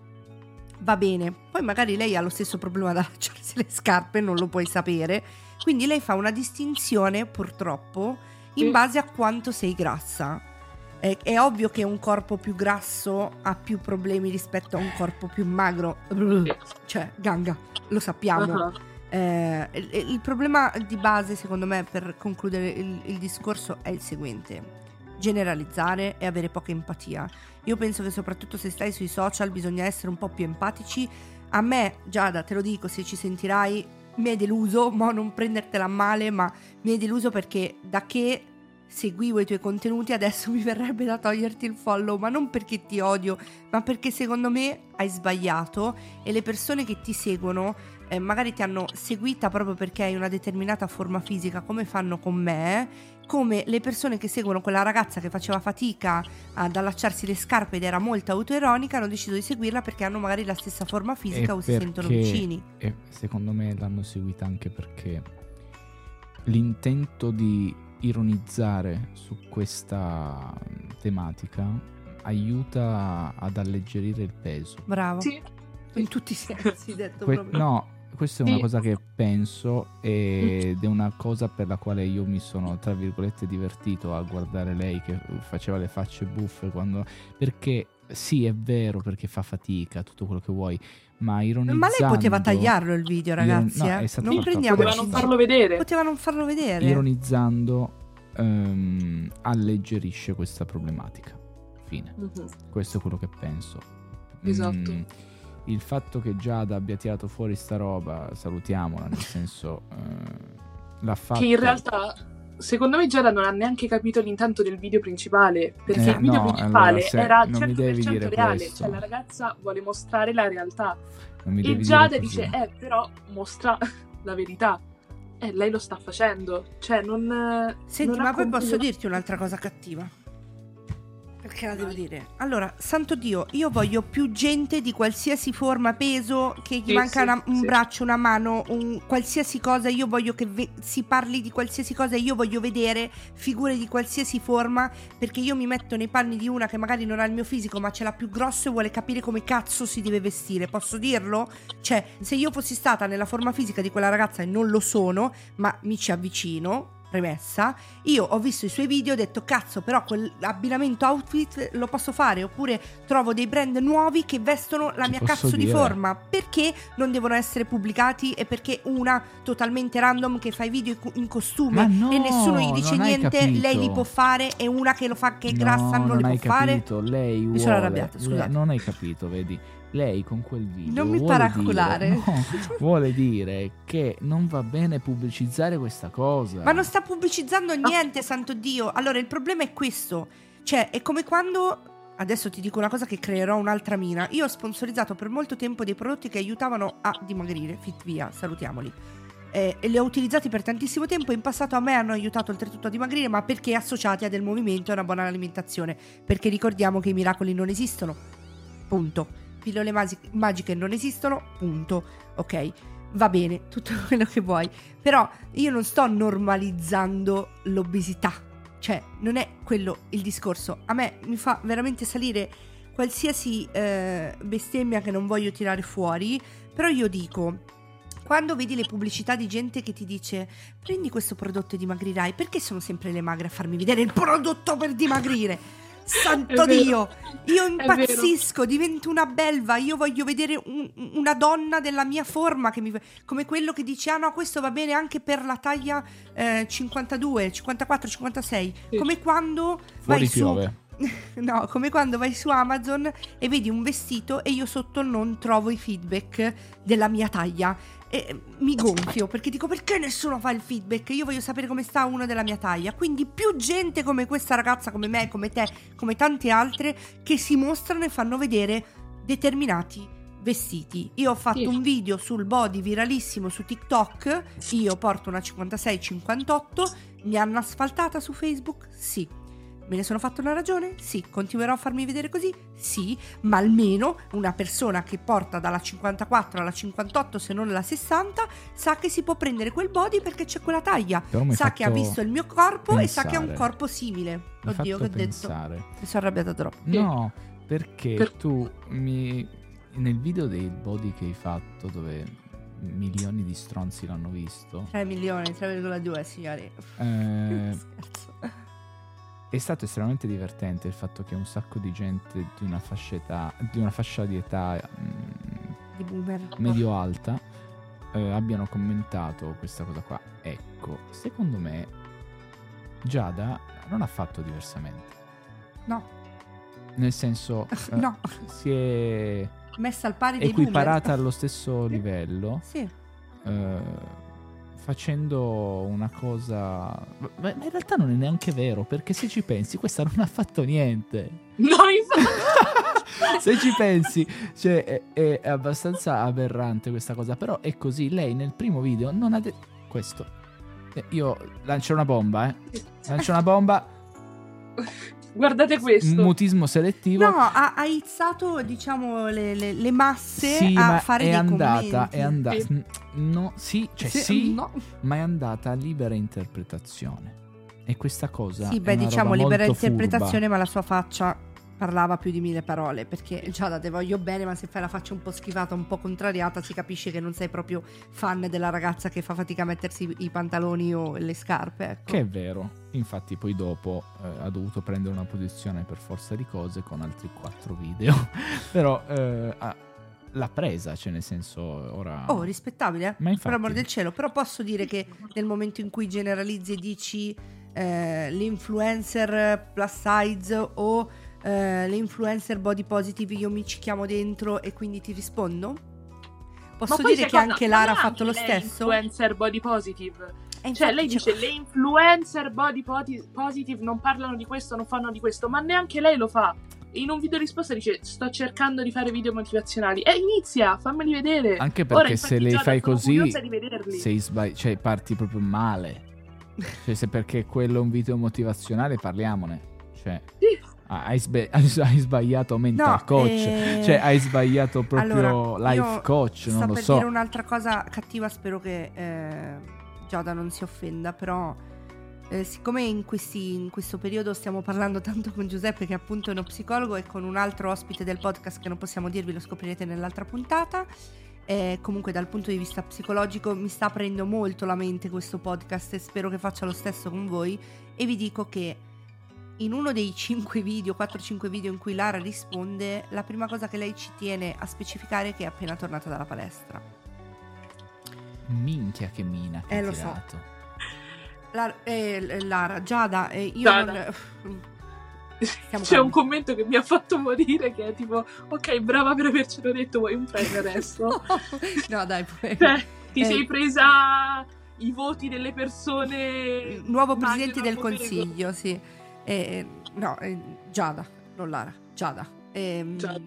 Speaker 2: va bene, poi magari lei ha lo stesso problema da allacciarsi le scarpe, non lo puoi sapere. Quindi lei fa una distinzione, purtroppo, in
Speaker 4: Sì.
Speaker 2: base a quanto sei grassa. È, è ovvio che un corpo più grasso ha più problemi rispetto a un corpo più magro. Cioè, ganga, lo sappiamo.
Speaker 4: Ah.
Speaker 2: Eh, il, il problema di base, secondo me, per concludere il, il discorso, è il seguente: generalizzare e avere poca empatia. Io penso che soprattutto se stai sui social bisogna essere un po' più empatici. A me, Giada, te lo dico, se ci sentirai, mi hai deluso, ma non prendertela a male, ma mi hai deluso perché da che seguivo i tuoi contenuti adesso mi verrebbe da toglierti il follow, ma non perché ti odio, ma perché secondo me hai sbagliato, e le persone che ti seguono eh, magari ti hanno seguita proprio perché hai una determinata forma fisica, come fanno con me, come le persone che seguono quella ragazza che faceva fatica ad allacciarsi le scarpe ed era molto autoironica, hanno deciso di seguirla perché hanno magari la stessa forma fisica
Speaker 1: E
Speaker 2: o si sentono
Speaker 1: perché-
Speaker 2: vicini.
Speaker 1: E secondo me l'hanno seguita anche perché l'intento di ironizzare su questa tematica aiuta ad alleggerire il peso.
Speaker 2: Bravo.
Speaker 4: Sì,
Speaker 2: in tutti i sensi, detto
Speaker 1: Que-
Speaker 2: proprio.
Speaker 1: no, questa è una
Speaker 4: Sì.
Speaker 1: cosa che penso ed è una cosa per la quale io mi sono, tra virgolette, divertito a guardare lei che faceva le facce buffe quando... Perché sì, è vero, perché fa fatica, tutto quello che vuoi, ma ironizzando...
Speaker 2: Ma lei poteva tagliarlo il video, ragazzi.
Speaker 1: Iron- no,
Speaker 2: eh.
Speaker 1: è stato
Speaker 2: Non
Speaker 1: fatto
Speaker 2: prendiamoci.
Speaker 4: Poteva non
Speaker 1: apposta.
Speaker 4: farlo vedere.
Speaker 2: Poteva non farlo vedere.
Speaker 1: Ironizzando ehm, alleggerisce questa problematica. Fine.
Speaker 4: Mhm.
Speaker 1: Questo è quello che penso.
Speaker 4: Esatto.
Speaker 1: Mm, il fatto che Giada abbia tirato fuori sta roba, salutiamola, nel senso eh, l'ha fatto.
Speaker 4: Che in realtà, secondo me, Giada non ha neanche capito l'intento del video principale. Perché
Speaker 1: Eh,
Speaker 4: il video
Speaker 1: no,
Speaker 4: principale
Speaker 1: allora, se-
Speaker 4: era
Speaker 1: non mi
Speaker 4: cento per
Speaker 1: devi
Speaker 4: cento
Speaker 1: dire
Speaker 4: reale.
Speaker 1: questo.
Speaker 4: Cioè, la ragazza vuole mostrare la realtà.
Speaker 1: Non mi
Speaker 4: E
Speaker 1: devi
Speaker 4: Giada
Speaker 1: dire così.
Speaker 4: dice, eh, però mostra la verità. E lei lo sta facendo. Cioè, non.
Speaker 2: Senti,
Speaker 4: non
Speaker 2: ma
Speaker 4: ha
Speaker 2: poi posso
Speaker 4: compreso-
Speaker 2: dirti un'altra cosa cattiva? Perché la devo dire? Allora, santo Dio, io voglio più gente di qualsiasi forma, peso, che gli
Speaker 4: Sì,
Speaker 2: manca
Speaker 4: sì,
Speaker 2: una- un
Speaker 4: sì.
Speaker 2: braccio, una mano, un qualsiasi cosa. Io voglio che ve- si parli di qualsiasi cosa. Io voglio vedere figure di qualsiasi forma, perché io mi metto nei panni di una che magari non ha il mio fisico, ma ce l'ha più grosso e vuole capire come cazzo si deve vestire. Posso dirlo? Cioè, se io fossi stata nella forma fisica di quella ragazza, e non lo sono, ma mi ci avvicino, premessa, io ho visto i suoi video e ho detto cazzo, però quell'abbinamento outfit lo posso fare, oppure trovo dei brand nuovi che vestono la
Speaker 1: Ti
Speaker 2: mia
Speaker 1: posso
Speaker 2: cazzo di
Speaker 1: dire?
Speaker 2: forma. Perché non devono essere pubblicati? E perché una totalmente random che fa i video in costume
Speaker 1: Ma no,
Speaker 2: e nessuno gli dice
Speaker 1: non hai
Speaker 2: niente,
Speaker 1: capito.
Speaker 2: lei li può fare, e una che lo fa che è
Speaker 1: No,
Speaker 2: grassa non,
Speaker 1: non
Speaker 2: li
Speaker 1: hai
Speaker 2: può fare?
Speaker 1: capito. Lei vuole,
Speaker 2: sono arrabbiata,
Speaker 1: lei-
Speaker 2: scusate.
Speaker 1: non hai capito, vedi? Lei con quel video
Speaker 2: Non mi
Speaker 1: vuole
Speaker 2: paraculare.
Speaker 1: dire, no, vuole dire che non va bene pubblicizzare questa cosa.
Speaker 2: Ma non sta pubblicizzando niente, santo Dio. Allora, il problema è questo. Cioè, è come quando... Adesso ti dico una cosa che creerò un'altra mina. Io ho sponsorizzato per molto tempo dei prodotti che aiutavano a dimagrire. Fitvia, salutiamoli. Eh, e li ho utilizzati per tantissimo tempo. In passato a me hanno aiutato oltretutto a dimagrire, ma perché associati a del movimento e una buona alimentazione. Perché ricordiamo che i miracoli non esistono. Punto. Pillole masi- magiche non esistono. Punto. Ok. Va bene, tutto quello che vuoi. Però io non sto normalizzando l'obesità. Cioè, non è quello il discorso. A me mi fa veramente salire qualsiasi eh, bestemmia che non voglio tirare fuori. Però io dico, quando vedi le pubblicità di gente che ti dice prendi questo prodotto e dimagrirai, perché sono sempre le magre a farmi vedere il prodotto per dimagrire? Santo
Speaker 4: È vero.
Speaker 2: Dio, io
Speaker 4: È
Speaker 2: impazzisco, divento una belva. Io voglio vedere un- una donna della mia forma che mi, come quello che dice ah no, questo va bene anche per la taglia eh, cinquantadue, cinquantaquattro, cinquantasei.
Speaker 4: Sì.
Speaker 2: Come quando
Speaker 1: Fuori
Speaker 2: vai su
Speaker 1: piove.
Speaker 2: no, come quando vai su Amazon e vedi un vestito e io sotto non trovo i feedback della mia taglia. E mi gonfio perché dico perché nessuno fa il feedback, io voglio sapere come sta uno della mia taglia. Quindi più gente come questa ragazza, come me, come te, come tante altre che si mostrano e fanno vedere determinati vestiti. Io ho fatto
Speaker 4: Sì.
Speaker 2: un video sul body viralissimo su TikTok, io porto una cinquantasei cinquantotto, mi hanno asfaltata su Facebook? Sì. Me ne sono fatto una ragione? Sì. Continuerò a farmi vedere così? Sì. Ma almeno una persona che porta dalla cinquantaquattro alla cinquantotto, se non alla sessanta, sa che si può prendere quel body perché c'è quella taglia.
Speaker 1: Però mi hai
Speaker 2: Sa che ha
Speaker 1: fatto
Speaker 2: visto il mio corpo e sa che ha un
Speaker 1: pensare.
Speaker 2: corpo simile.
Speaker 1: Mi hai
Speaker 2: Oddio, che
Speaker 1: fatto
Speaker 2: ho detto.
Speaker 1: pensare.
Speaker 2: Mi sono arrabbiata troppo.
Speaker 1: No, perché
Speaker 4: Per-
Speaker 1: tu mi nel video del body che hai fatto dove milioni di stronzi l'hanno visto,
Speaker 2: tre milioni, tre virgola due signori.
Speaker 1: eh,
Speaker 2: Scherzo.
Speaker 1: è stato estremamente divertente il fatto che un sacco di gente di una fascia età, di una fascia di età mm,
Speaker 2: Di boomer.
Speaker 1: medio alta eh, abbiano commentato questa cosa qua. Ecco, secondo me Giada non ha fatto diversamente.
Speaker 2: No,
Speaker 1: Nel senso, eh,
Speaker 2: no.
Speaker 1: si è
Speaker 2: Messa al pari dei
Speaker 1: equiparata
Speaker 2: boomer.
Speaker 1: allo stesso livello,
Speaker 2: Sì.
Speaker 1: eh, facendo una cosa. Ma ma in realtà non è neanche vero, perché se ci pensi, questa non ha fatto niente.
Speaker 4: No, infatti.
Speaker 1: Se ci pensi, cioè, è, è abbastanza aberrante questa cosa. Però è così. Lei nel primo video non ha detto questo. Eh, Io lancio una bomba, eh. Lancio una bomba.
Speaker 4: Guardate questo.
Speaker 1: Mutismo selettivo.
Speaker 2: No, ha, ha izzato, diciamo, le, le- le masse
Speaker 1: Sì,
Speaker 2: a
Speaker 1: ma
Speaker 2: fare
Speaker 1: è
Speaker 2: dei
Speaker 1: andata,
Speaker 2: commenti.
Speaker 1: è andata.
Speaker 4: Sì.
Speaker 1: No, sì, cioè
Speaker 2: Sì,
Speaker 1: sì,
Speaker 2: no.
Speaker 1: ma è andata a libera interpretazione. E questa cosa
Speaker 2: Sì,
Speaker 1: è
Speaker 2: beh,
Speaker 1: una
Speaker 2: diciamo
Speaker 1: roba
Speaker 2: libera
Speaker 1: molto
Speaker 2: interpretazione,
Speaker 1: furba.
Speaker 2: ma la sua faccia parlava più di mille parole, perché Giada, te voglio bene, ma se fai la faccia un po' schifata, un po' contrariata, si capisce che non sei proprio fan della ragazza che fa fatica a mettersi i pantaloni o le scarpe, ecco.
Speaker 1: Che è vero, infatti poi dopo eh, ha dovuto prendere una posizione per forza di cose con altri quattro video, però eh, ha, l'ha presa, cioè nel senso ora...
Speaker 2: Oh, rispettabile,
Speaker 1: Ma infatti...
Speaker 2: per amor del cielo, però posso dire che nel momento in cui generalizzi e dici eh, l'influencer plus size o eh, l'influencer body positive, io mi ci chiamo dentro e quindi ti rispondo? Posso dire che
Speaker 4: seconda,
Speaker 2: anche Lara ha
Speaker 4: anche
Speaker 2: fatto lo
Speaker 4: lei
Speaker 2: stesso?
Speaker 4: Influencer body positive.
Speaker 2: E
Speaker 4: Cioè lei
Speaker 2: infatti,
Speaker 4: dice le influencer body poti- positive non parlano di questo, non fanno di questo, ma neanche lei lo fa. In un video risposta dice sto cercando di fare video motivazionali e inizia, fammeli vedere.
Speaker 1: Anche perché
Speaker 4: Ora,
Speaker 1: se le
Speaker 4: già
Speaker 1: fai
Speaker 4: sono
Speaker 1: così
Speaker 4: curiosa di vederli.
Speaker 1: sei sbagli- cioè parti proprio male. Cioè se perché quello è un video motivazionale parliamone. Cioè
Speaker 4: Sì.
Speaker 1: hai, sbe- hai sbagliato mental
Speaker 2: No,
Speaker 1: coach,
Speaker 2: eh,
Speaker 1: cioè hai sbagliato proprio
Speaker 2: allora,
Speaker 1: life
Speaker 2: io
Speaker 1: coach,
Speaker 2: sto
Speaker 1: non lo
Speaker 2: per
Speaker 1: so.
Speaker 2: dire un'altra cosa cattiva, spero che eh, Giada non si offenda, però eh, siccome in, questi, in questo periodo stiamo parlando tanto con Giuseppe, che appunto è uno psicologo, e con un altro ospite del podcast che non possiamo dirvi, lo scoprirete nell'altra puntata, eh, comunque dal punto di vista psicologico mi sta aprendo molto la mente questo podcast e spero che faccia lo stesso con voi, e vi dico che in uno dei cinque video, quattro cinque video in cui Lara risponde, la prima cosa che lei ci tiene a specificare è che è appena tornata dalla palestra.
Speaker 1: Minchia che mina che
Speaker 2: Eh,
Speaker 1: hai
Speaker 2: lo so.
Speaker 1: tirato.
Speaker 2: Lara, eh, Lara Giada, eh, io
Speaker 4: Giada.
Speaker 2: non... Stiamo
Speaker 4: C'è un
Speaker 2: calmi.
Speaker 4: commento che mi ha fatto morire che è tipo ok, brava per avercelo detto, vuoi un premio adesso?
Speaker 2: No dai, poi...
Speaker 4: Cioè, ti
Speaker 2: Eh.
Speaker 4: sei presa i voti delle persone.
Speaker 2: Nuovo
Speaker 4: Ma
Speaker 2: presidente
Speaker 4: anche
Speaker 2: del
Speaker 4: non potere-
Speaker 2: consiglio, sì. Eh, no, eh, Giada, non Lara, Giada. Ehm,
Speaker 4: Giada.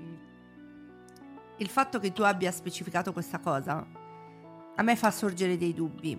Speaker 2: Il fatto che tu abbia specificato questa cosa a me fa sorgere dei dubbi.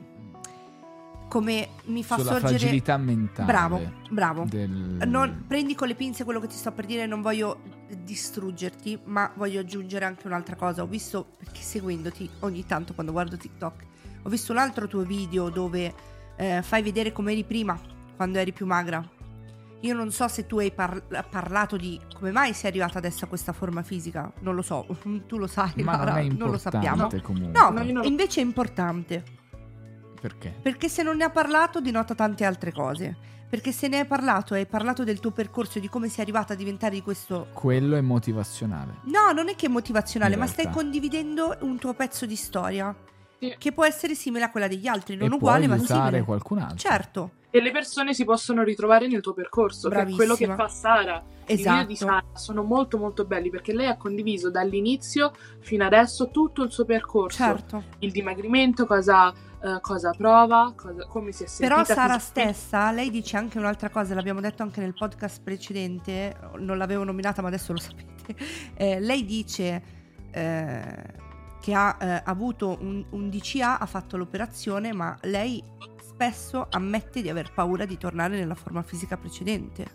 Speaker 2: Come mi fa
Speaker 1: Sulla
Speaker 2: sorgere...
Speaker 1: fragilità mentale.
Speaker 2: Bravo, bravo.
Speaker 1: Del...
Speaker 2: Non, prendi con le pinze quello che ti sto per dire, non voglio distruggerti, ma voglio aggiungere anche un'altra cosa. Ho visto, perché seguendoti ogni tanto quando guardo TikTok, ho visto un altro tuo video dove eh, fai vedere come eri prima, quando eri più magra. Io non so se tu hai par- parlato di come mai sei arrivata adesso a questa forma fisica, non lo so, tu lo sai,
Speaker 1: Ma
Speaker 2: Lara,
Speaker 1: non è
Speaker 2: non lo sappiamo.
Speaker 1: importante comunque.
Speaker 2: No,
Speaker 4: No, io non lo-
Speaker 2: invece è importante.
Speaker 1: Perché?
Speaker 2: Perché se non ne ha parlato denota tante altre cose. Perché se ne hai parlato e hai parlato del tuo percorso e di come sei arrivata a diventare di questo...
Speaker 1: Quello è motivazionale.
Speaker 2: No, non è che è motivazionale,
Speaker 1: In
Speaker 2: ma
Speaker 1: realtà.
Speaker 2: stai condividendo un tuo pezzo di storia
Speaker 4: Sì.
Speaker 2: che può essere simile a quella degli altri, non
Speaker 1: e
Speaker 2: uguale
Speaker 1: può
Speaker 2: ma
Speaker 1: aiutare
Speaker 2: simile.
Speaker 1: qualcun altro.
Speaker 2: Certo,
Speaker 4: E le persone si possono ritrovare nel tuo percorso, che è quello che
Speaker 2: Bravissima.
Speaker 4: fa Sara. I video di
Speaker 2: esatto.
Speaker 4: Sara sono molto molto belli perché lei ha condiviso dall'inizio fino adesso tutto il suo percorso.
Speaker 2: Certo.
Speaker 4: Il dimagrimento, cosa, eh, cosa prova, cosa- come si è sentita.
Speaker 2: Però Sara
Speaker 4: fisicamente.
Speaker 2: stessa, lei dice anche un'altra cosa, l'abbiamo detto anche nel podcast precedente, non l'avevo nominata ma adesso lo sapete. Eh, lei dice eh, che ha eh, avuto un, un D C A, ha fatto l'operazione, ma lei spesso ammette di aver paura di tornare nella forma fisica precedente.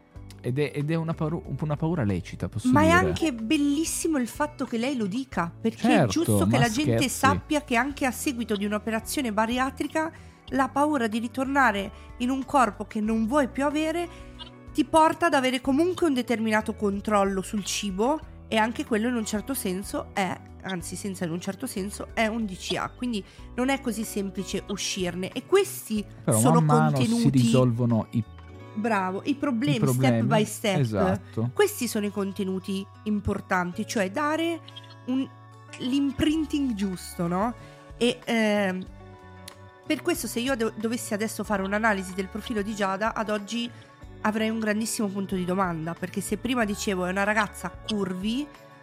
Speaker 1: Ed è, ed è una, paura, una paura lecita, posso
Speaker 2: Ma
Speaker 1: dire.
Speaker 2: è anche bellissimo il fatto che lei lo dica, perché è
Speaker 1: Certo,
Speaker 2: giusto che
Speaker 1: ma
Speaker 2: la gente
Speaker 1: scherzi.
Speaker 2: sappia che anche a seguito di un'operazione bariatrica la paura di ritornare in un corpo che non vuoi più avere ti porta ad avere comunque un determinato controllo sul cibo, e anche quello in un certo senso è, anzi senza in un certo senso, è un D C A, quindi non è così semplice uscirne, e questi
Speaker 1: Però
Speaker 2: sono
Speaker 1: man mano
Speaker 2: contenuti,
Speaker 1: si risolvono i,
Speaker 2: bravo, i problemi,
Speaker 1: i problemi.
Speaker 2: step by step.
Speaker 1: Esatto.
Speaker 2: Questi sono i contenuti importanti, cioè dare un, l'imprinting giusto, no? E ehm, per questo, se io do- dovessi adesso fare un'analisi del profilo di Giada, ad oggi avrei un grandissimo punto di domanda, perché se prima dicevo è una ragazza curvy,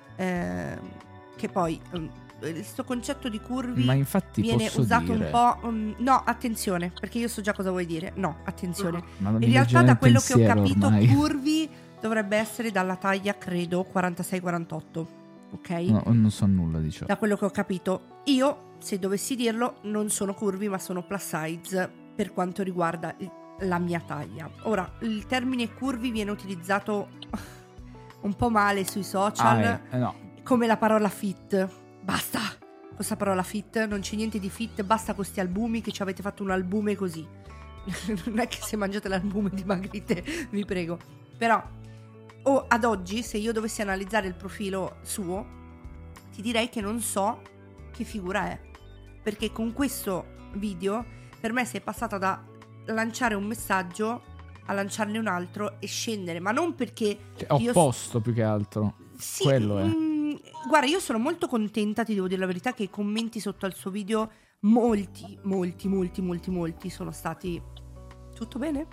Speaker 2: ehm, che poi ehm, questo concetto di curvy
Speaker 1: Ma infatti
Speaker 2: viene
Speaker 1: posso
Speaker 2: usato
Speaker 1: dire...
Speaker 2: un po'... um, no, attenzione, perché io so già cosa vuoi dire. No, attenzione.
Speaker 1: Ma non
Speaker 2: In
Speaker 1: mi
Speaker 2: realtà,
Speaker 1: legge
Speaker 2: da
Speaker 1: nel
Speaker 2: quello che ho
Speaker 1: pensiero
Speaker 2: capito,
Speaker 1: ormai.
Speaker 2: curvy dovrebbe essere dalla taglia, credo, quarantasei quarantotto. Ok?
Speaker 1: No, non so nulla di ciò.
Speaker 2: Da quello che ho capito. Io, se dovessi dirlo, non sono curvy, ma sono plus size per quanto riguarda il- la mia taglia. Ora, il termine curvy viene utilizzato un po' male sui social,
Speaker 1: Ah, eh, eh, no.
Speaker 2: come la parola fit. Basta! Questa parola fit, non c'è niente di fit, basta questi albumi che ci avete fatto un albume così. Non è che se mangiate l'albume dimagrite, vi prego. Però o ad oggi, se io dovessi analizzare il profilo suo, ti direi che non so che figura è, perché con questo video per me sei passata da lanciare un messaggio a lanciarne un altro e scendere, ma non perché
Speaker 1: cioè,
Speaker 2: io
Speaker 1: opposto più che altro.
Speaker 2: sì,
Speaker 1: Quello è.
Speaker 2: mh, guarda, io sono molto contenta, ti devo dire la verità, che i commenti sotto al suo video, molti, molti, molti, molti, molti sono stati tutto bene?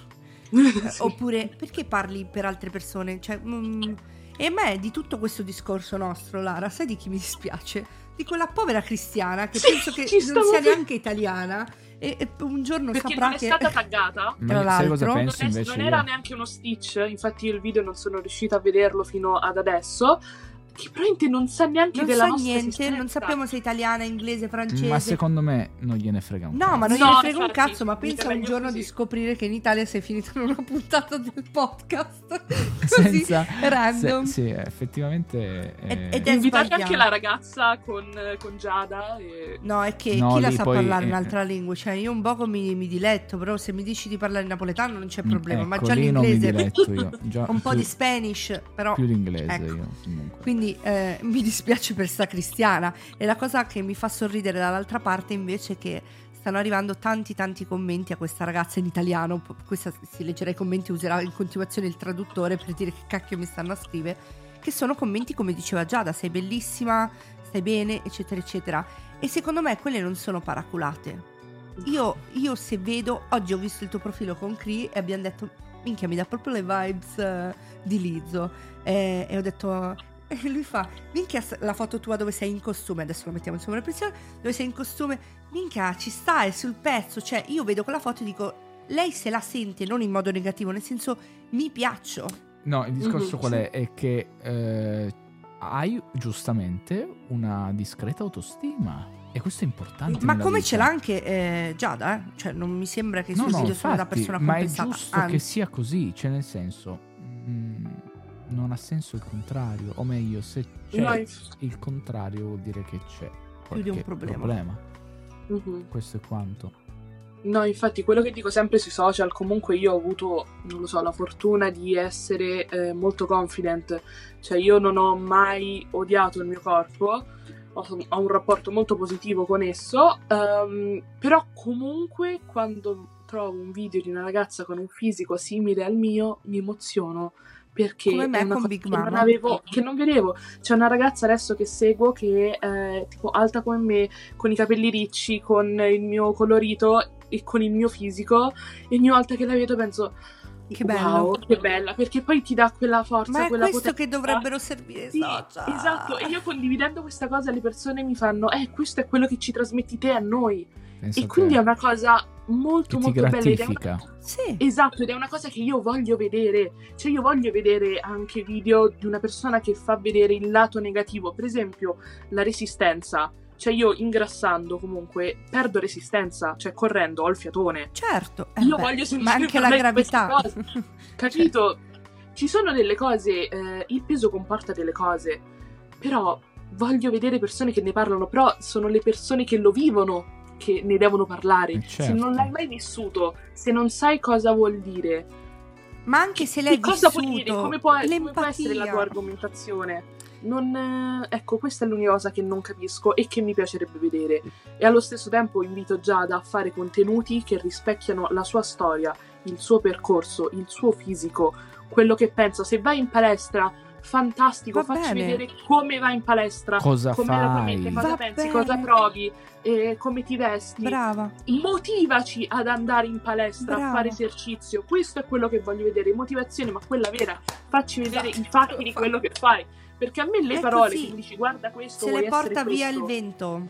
Speaker 4: Sì.
Speaker 2: Oppure perché parli per altre persone? Cioè, mh, e a me di tutto questo discorso nostro, Lara, sai di chi mi dispiace? Di quella povera cristiana che
Speaker 4: Sì,
Speaker 2: penso che
Speaker 4: ci
Speaker 2: non
Speaker 4: stavo
Speaker 2: sia
Speaker 4: pe-
Speaker 2: neanche italiana e, e un giorno
Speaker 4: Perché
Speaker 2: saprà
Speaker 4: non è
Speaker 2: che
Speaker 4: stata taggata.
Speaker 1: Ma
Speaker 2: tra
Speaker 1: sai cosa
Speaker 2: l'altro-
Speaker 1: penso
Speaker 4: Non, è-
Speaker 1: invece
Speaker 4: non era
Speaker 1: io?
Speaker 4: neanche uno stitch, infatti io il video non sono riuscita a vederlo fino ad adesso, che probabilmente non sa neanche
Speaker 2: non
Speaker 4: della
Speaker 2: sa
Speaker 4: nostra
Speaker 2: niente,
Speaker 4: esistenza.
Speaker 2: non sappiamo se è italiana, inglese, francese.
Speaker 1: Ma secondo me non gliene frega un
Speaker 2: No,
Speaker 1: cazzo.
Speaker 2: ma non
Speaker 4: No,
Speaker 2: gliene frega un
Speaker 4: infatti,
Speaker 2: cazzo, ma
Speaker 4: mica
Speaker 2: pensa un
Speaker 4: meglio
Speaker 2: giorno
Speaker 4: così.
Speaker 2: di scoprire che in Italia sei finito in una puntata del podcast. Così,
Speaker 1: Senza
Speaker 2: random.
Speaker 1: se- sì, effettivamente
Speaker 2: Ed-
Speaker 1: eh,
Speaker 2: ed è-
Speaker 4: Invitate
Speaker 2: sbagliato.
Speaker 4: anche la ragazza con, con Giada e...
Speaker 2: No, è che
Speaker 1: No,
Speaker 2: chi la
Speaker 1: lì
Speaker 2: sa
Speaker 1: poi,
Speaker 2: parlare
Speaker 1: eh,
Speaker 2: un'altra lingua? Cioè, io un poco mi, mi diletto, però se mi dici di parlare in napoletano non c'è problema.
Speaker 1: ecco,
Speaker 2: ma già
Speaker 1: lì non mi
Speaker 2: l'inglese,
Speaker 1: diletto io. Già
Speaker 2: un po'
Speaker 1: più,
Speaker 2: di Spanish, però.
Speaker 1: più l'inglese
Speaker 2: ecco.
Speaker 1: io comunque.
Speaker 2: Quindi eh, mi dispiace per sta cristiana. E la cosa che mi fa sorridere dall'altra parte invece è che stanno arrivando tanti tanti commenti a questa ragazza in italiano. P- Questa si leggerà i commenti, userà in continuazione il traduttore per dire che cacchio mi stanno a scrivere. Che sono commenti come diceva Giada: sei bellissima, stai bene, eccetera eccetera. E secondo me quelle non sono paraculate. Io, io se vedo, oggi ho visto il tuo profilo con Cree e abbiamo detto, minchia, mi dà proprio le vibes eh, di Lizzo. E, e ho detto, e lui fa, minchia, la foto tua dove sei in costume, adesso lo mettiamo in sovrappressione, dove sei in costume, minchia, ci stai sul pezzo. Cioè, io vedo quella foto e dico, lei se la sente non in modo negativo, nel senso, mi piaccio.
Speaker 1: No, il discorso
Speaker 4: Mhm,
Speaker 1: qual
Speaker 4: sì.
Speaker 1: è? È che eh, hai giustamente una discreta autostima. E questo è importante.
Speaker 2: Ma
Speaker 1: nella
Speaker 2: come
Speaker 1: vita.
Speaker 2: ce l'ha anche eh, Giada, eh? Cioè, non mi sembra che i
Speaker 1: No,
Speaker 2: suoi
Speaker 1: no,
Speaker 2: video sono da
Speaker 1: infatti,
Speaker 2: persona
Speaker 1: ma è
Speaker 2: compensata.
Speaker 1: giusto
Speaker 2: Anzi.
Speaker 1: che sia così. Cioè, nel senso, mm, non ha senso il contrario. O meglio, se c'è
Speaker 4: No, inf-
Speaker 1: il contrario, vuol dire che c'è
Speaker 2: Più di un
Speaker 1: qualche
Speaker 2: problema.
Speaker 4: Mhm.
Speaker 1: Questo è quanto.
Speaker 4: No, infatti quello che dico sempre sui social, comunque io ho avuto, non lo so, la fortuna di essere eh, molto confident, cioè io non ho mai odiato il mio corpo, ho, ho un rapporto molto positivo con esso, ehm, però comunque quando trovo un video di una ragazza con un fisico simile al mio mi emoziono, perché
Speaker 2: Come me
Speaker 4: è una
Speaker 2: con
Speaker 4: cosa
Speaker 2: Big
Speaker 4: che
Speaker 2: Mama.
Speaker 4: non avevo, che non vedevo. C'è una ragazza adesso che seguo che è tipo alta come me, con i capelli ricci, con il mio colorito e con il mio fisico, e ogni volta che la vedo penso
Speaker 2: Che
Speaker 4: wow,
Speaker 2: bello.
Speaker 4: che bella, perché poi ti dà quella forza,
Speaker 2: Ma è
Speaker 4: quella
Speaker 2: questo
Speaker 4: potenza.
Speaker 2: che dovrebbero servire i
Speaker 4: Sì,
Speaker 2: social.
Speaker 4: esatto, e io condividendo questa cosa le persone mi fanno eh, questo è quello che ci trasmetti te a noi.
Speaker 1: Penso
Speaker 4: E quindi
Speaker 1: che,
Speaker 4: è una cosa molto
Speaker 1: che ti
Speaker 4: molto bella ed è una-
Speaker 1: gratifica.
Speaker 2: Sì.
Speaker 4: Esatto, ed è una cosa che io voglio vedere. Cioè io voglio vedere anche video di una persona che fa vedere il lato negativo. Per esempio la resistenza. Cioè io ingrassando comunque perdo resistenza. Cioè correndo ho il fiatone.
Speaker 2: Certo. eh
Speaker 4: Io
Speaker 2: beh,
Speaker 4: voglio sentire
Speaker 2: ma anche la
Speaker 4: parlare di queste
Speaker 2: gravità.
Speaker 4: cose. Capito? Ci sono delle cose, eh, il peso comporta delle cose, però voglio vedere persone che ne parlano, però sono le persone che lo vivono che ne devono parlare.
Speaker 1: Eh,
Speaker 4: Se
Speaker 1: certo.
Speaker 4: non l'hai mai vissuto, se non sai cosa vuol dire,
Speaker 2: Ma anche se l'hai
Speaker 4: che cosa
Speaker 2: vissuto,
Speaker 4: vuol dire, come può, come
Speaker 2: l'empatia.
Speaker 4: può essere la tua argomentazione? Non, eh, ecco, questa è l'unica cosa che non capisco e che mi piacerebbe vedere. E allo stesso tempo invito Giada a fare contenuti che rispecchiano la sua storia, il suo percorso, il suo fisico, quello che pensa. Se vai in palestra, fantastico,
Speaker 2: Va
Speaker 4: facci
Speaker 2: bene.
Speaker 4: vedere come vai in palestra,
Speaker 1: Cosa
Speaker 4: com'è la tua
Speaker 1: fai?
Speaker 4: mente, cosa
Speaker 2: Va
Speaker 4: pensi,
Speaker 2: bene.
Speaker 4: cosa provi, eh, come ti vesti.
Speaker 2: Brava.
Speaker 4: Motivaci ad andare in palestra
Speaker 2: Brava.
Speaker 4: a fare esercizio. Questo è quello che voglio vedere, motivazione, ma quella vera. Facci vedere
Speaker 2: Esatto.
Speaker 4: i fatti di quello che fai, perché a me le
Speaker 2: È
Speaker 4: parole
Speaker 2: così.
Speaker 4: che mi dici guarda questo,
Speaker 2: Se
Speaker 4: vuoi
Speaker 2: le
Speaker 4: essere
Speaker 2: porta via
Speaker 4: questo,
Speaker 2: il vento.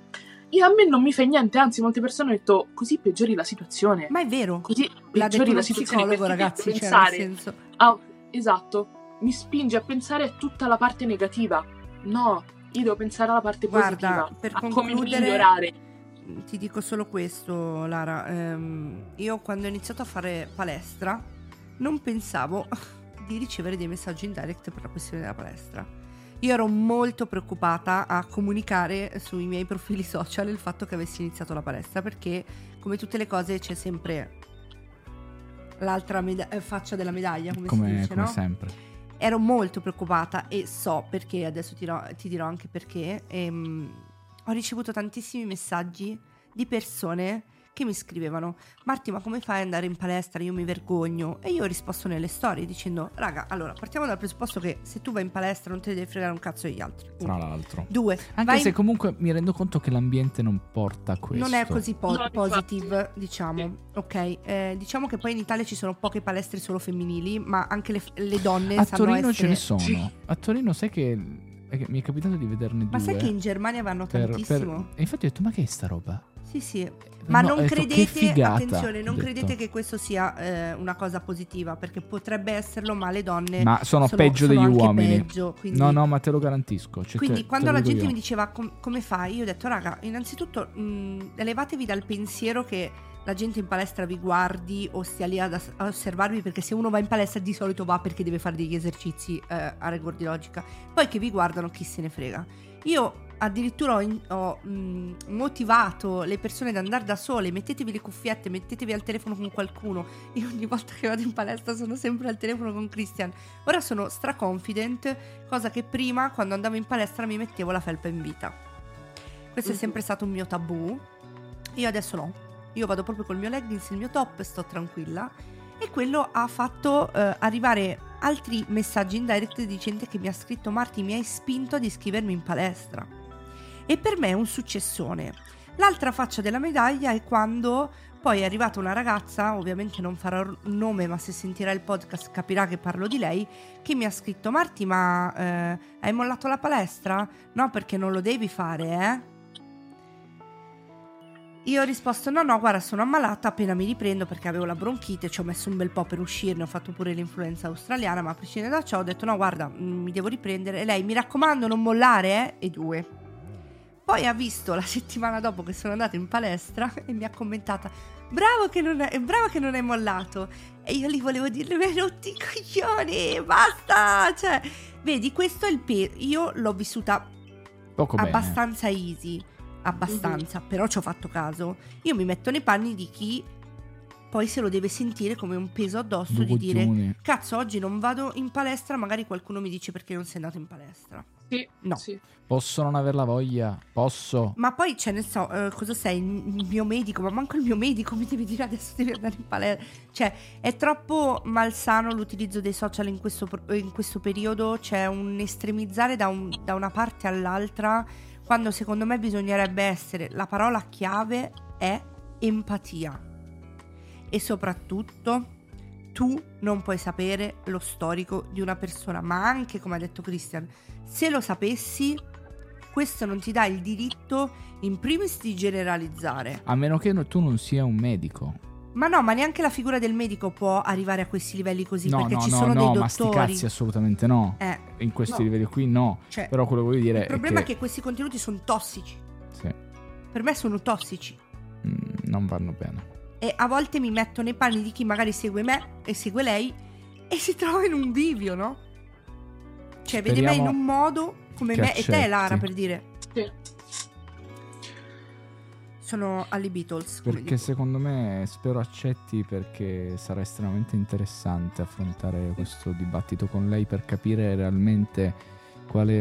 Speaker 4: io a me non mi fa niente, anzi molte persone hanno detto così peggiori la situazione,
Speaker 2: Ma è vero.
Speaker 4: così
Speaker 2: L'ha detto
Speaker 4: peggiori
Speaker 2: uno
Speaker 4: la situazione,
Speaker 2: psicologo,
Speaker 4: perché
Speaker 2: ragazzi.
Speaker 4: devo
Speaker 2: Cioè, nel
Speaker 4: pensare
Speaker 2: senso.
Speaker 4: a- esatto, mi spinge a pensare a tutta la parte negativa. No, io devo pensare alla parte
Speaker 2: Guarda,
Speaker 4: positiva,
Speaker 2: per
Speaker 4: a come
Speaker 2: concludere-
Speaker 4: migliorare.
Speaker 2: Ti dico solo questo, Lara. Ehm, io quando ho iniziato a fare palestra non pensavo di ricevere dei messaggi in direct per la questione della palestra. Io ero molto preoccupata a comunicare sui miei profili social il fatto che avessi iniziato la palestra, perché come tutte le cose c'è sempre l'altra meda- eh, faccia della medaglia, come, si
Speaker 1: Come,
Speaker 2: dice,
Speaker 1: come
Speaker 2: no?
Speaker 1: sempre.
Speaker 2: ero molto preoccupata e so perché, adesso ti dirò, ti dirò anche perché. Ehm, ho ricevuto tantissimi messaggi di persone che mi scrivevano: Marti, ma come fai ad andare in palestra? Io mi vergogno. E io ho risposto nelle storie dicendo: raga, allora partiamo dal presupposto che se tu vai in palestra non te ne devi fregare un cazzo degli altri.
Speaker 1: Tra l'altro.
Speaker 2: Due,
Speaker 1: Anche
Speaker 2: vai
Speaker 1: se
Speaker 2: in...
Speaker 1: comunque mi rendo conto che l'ambiente non porta a questo.
Speaker 2: non è così po-
Speaker 4: No,
Speaker 2: positive,
Speaker 4: infatti.
Speaker 2: diciamo.
Speaker 4: Sì.
Speaker 2: Ok, eh, diciamo che poi in Italia ci sono poche palestre solo femminili, ma anche le, le donne
Speaker 1: A
Speaker 2: sanno
Speaker 1: Torino
Speaker 2: essere...
Speaker 1: ce ne sono.
Speaker 4: Sì.
Speaker 1: A Torino sai che, è che mi è capitato di vederne
Speaker 2: Ma
Speaker 1: due.
Speaker 2: sai che in Germania vanno
Speaker 1: per-
Speaker 2: tantissimo?
Speaker 1: per- E infatti ho detto, ma che è sta roba?
Speaker 2: Sì, sì. Ma
Speaker 1: No,
Speaker 2: non
Speaker 1: ho detto, che
Speaker 2: credete,
Speaker 1: figata,
Speaker 2: attenzione, non
Speaker 1: ho detto.
Speaker 2: credete che questo sia eh, una cosa positiva, perché potrebbe esserlo, ma le donne
Speaker 1: Ma sono,
Speaker 2: sono-
Speaker 1: peggio
Speaker 2: sono
Speaker 1: degli
Speaker 2: anche
Speaker 1: uomini.
Speaker 2: peggio, quindi-
Speaker 1: No, no, ma te lo garantisco. Cioè,
Speaker 2: Quindi
Speaker 1: te-
Speaker 2: quando
Speaker 1: te lo
Speaker 2: la
Speaker 1: dico
Speaker 2: gente
Speaker 1: io.
Speaker 2: mi diceva "Com- come fai?", io ho detto raga, innanzitutto mh, elevatevi dal pensiero che la gente in palestra vi guardi o stia lì ad as- a osservarvi, perché se uno va in palestra di solito va perché deve fare degli esercizi eh, a rigor di logica. Poi che vi guardano chi se ne frega. Io addirittura ho, in- ho, mh, motivato le persone ad andare da sole: mettetevi le cuffiette, mettetevi al telefono con qualcuno. Io ogni volta che vado in palestra sono sempre al telefono con Christian. Ora sono stra confident, cosa che prima quando andavo in palestra mi mettevo la felpa in vita. Questo
Speaker 4: Mhm.
Speaker 2: è sempre stato un mio tabù. Io adesso no, io vado proprio col mio leggings, il mio top, sto tranquilla. E quello ha fatto eh, arrivare altri messaggi in direct di gente che mi ha scritto: Marti, mi hai spinto ad iscrivermi in palestra. E per me è un successone. L'altra faccia della medaglia è quando poi è arrivata una ragazza, ovviamente non farò il nome, ma se sentirà il podcast capirà che parlo di lei, che mi ha scritto: Marti, ma eh, hai mollato la palestra? No, perché non lo devi fare, eh? Io ho risposto: no, no, guarda, sono ammalata, appena mi riprendo, perché avevo la bronchite, ci ho messo un bel po' per uscirne, ho fatto pure l'influenza australiana, ma a prescindere da ciò ho detto: no, guarda, mh, mi devo riprendere. E lei: mi raccomando, non mollare, eh? E due. Poi ha visto la settimana dopo che sono andata in palestra e mi ha commentata: bravo che non è, bravo che non hai mollato. E io gli volevo dire: mi hai rotti i coglioni, basta. Cioè, vedi, questo è il peso. Io l'ho vissuta
Speaker 1: Poco bene.
Speaker 2: abbastanza easy, abbastanza, però ci ho fatto caso. Io mi metto nei panni di chi poi se lo deve sentire come un peso addosso, di dire:
Speaker 1: Bugugioni.
Speaker 2: cazzo, oggi non vado in palestra, magari qualcuno mi dice perché non sei andato in palestra.
Speaker 4: Sì,
Speaker 2: No.
Speaker 4: sì.
Speaker 1: Posso non aver la voglia? Posso?
Speaker 2: Ma poi ce ne so, eh, cosa sei? Il mio medico? Ma manco il mio medico mi deve dire adesso devi andare in palestra. Cioè, è troppo malsano l'utilizzo dei social in questo, pro- in questo periodo. C'è un estremizzare da, un- da una parte all'altra, quando secondo me bisognerebbe essere, la parola chiave è empatia. E soprattutto tu non puoi sapere lo storico di una persona, ma anche, come ha detto Christian, se lo sapessi, questo non ti dà il diritto in primis di generalizzare.
Speaker 1: A meno che no- tu non sia un medico.
Speaker 2: Ma no, ma neanche la figura del medico può arrivare a questi livelli così,
Speaker 1: No,
Speaker 2: perché
Speaker 1: no,
Speaker 2: ci
Speaker 1: no,
Speaker 2: sono
Speaker 1: no,
Speaker 2: dei
Speaker 1: ma sti
Speaker 2: dottori.
Speaker 1: cazzi assolutamente no.
Speaker 2: Eh,
Speaker 1: In questi
Speaker 2: no.
Speaker 1: livelli qui no.
Speaker 2: Cioè,
Speaker 1: Però quello che voglio dire
Speaker 2: il problema
Speaker 1: è
Speaker 2: è che questi contenuti sono tossici.
Speaker 1: sì,
Speaker 2: Per me sono tossici.
Speaker 1: mm, non vanno bene.
Speaker 2: E a volte mi metto nei panni di chi magari segue me e segue lei e si trova in un bivio, no? Cioè, vede me in
Speaker 1: Speriamo
Speaker 2: un modo come
Speaker 1: che
Speaker 2: me e te,
Speaker 1: accetti.
Speaker 2: Lara, per dire.
Speaker 4: Sì.
Speaker 2: Sono alle Beatles, come
Speaker 1: Perché
Speaker 2: dico.
Speaker 1: secondo me, spero accetti, perché sarà estremamente interessante affrontare questo dibattito con lei per capire realmente quale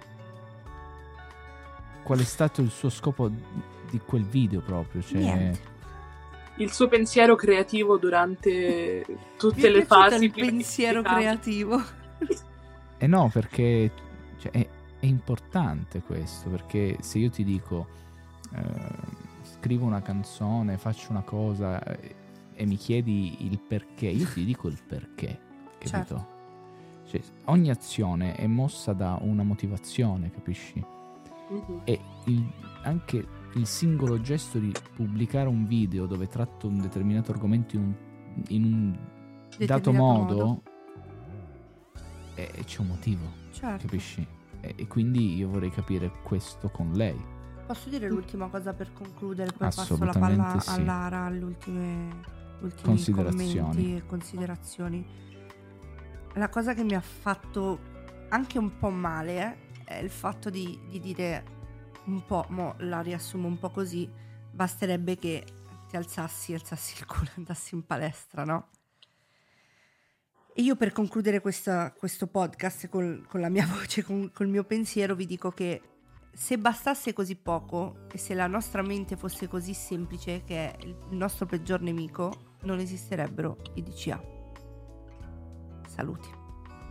Speaker 1: qual è stato il suo scopo di quel video proprio, cioè
Speaker 2: Niente.
Speaker 4: Il suo pensiero creativo durante
Speaker 2: Mi
Speaker 4: tutte
Speaker 2: è
Speaker 4: le
Speaker 2: piaciuto
Speaker 4: fasi.
Speaker 2: il
Speaker 4: prima di
Speaker 2: pensiero
Speaker 4: pubblicare.
Speaker 2: creativo.
Speaker 1: eh no, perché cioè, è, è importante questo, perché se io ti dico eh, scrivo una canzone, faccio una cosa eh, e mi chiedi il perché, io ti dico il perché, capito?
Speaker 2: Certo.
Speaker 1: Cioè, ogni azione è mossa da una motivazione, capisci?
Speaker 4: Mhm.
Speaker 1: E il- anche il singolo gesto di pubblicare un video dove tratto un determinato argomento in un, in un dato
Speaker 2: Determinato
Speaker 1: modo,
Speaker 2: modo.
Speaker 1: eh, c'è un motivo,
Speaker 2: Certo.
Speaker 1: capisci? E, e quindi io vorrei capire questo con lei.
Speaker 2: Posso dire l'ultima cosa per concludere, poi passo la
Speaker 1: Assolutamente
Speaker 2: palla
Speaker 1: sì.
Speaker 2: a Lara alle ultime, ultimi
Speaker 1: Considerazioni.
Speaker 2: commenti e considerazioni. La cosa che mi ha fatto anche un po' male eh, è il fatto di, di dire un po', mo la riassumo un po' così: basterebbe che ti alzassi, alzassi il culo e andassi in palestra, no? E io per concludere questa, questo podcast col, con la mia voce, con, col mio pensiero, vi dico che se bastasse così poco e se la nostra mente fosse così semplice, che è il nostro peggior nemico, non esisterebbero i D C A. Saluti.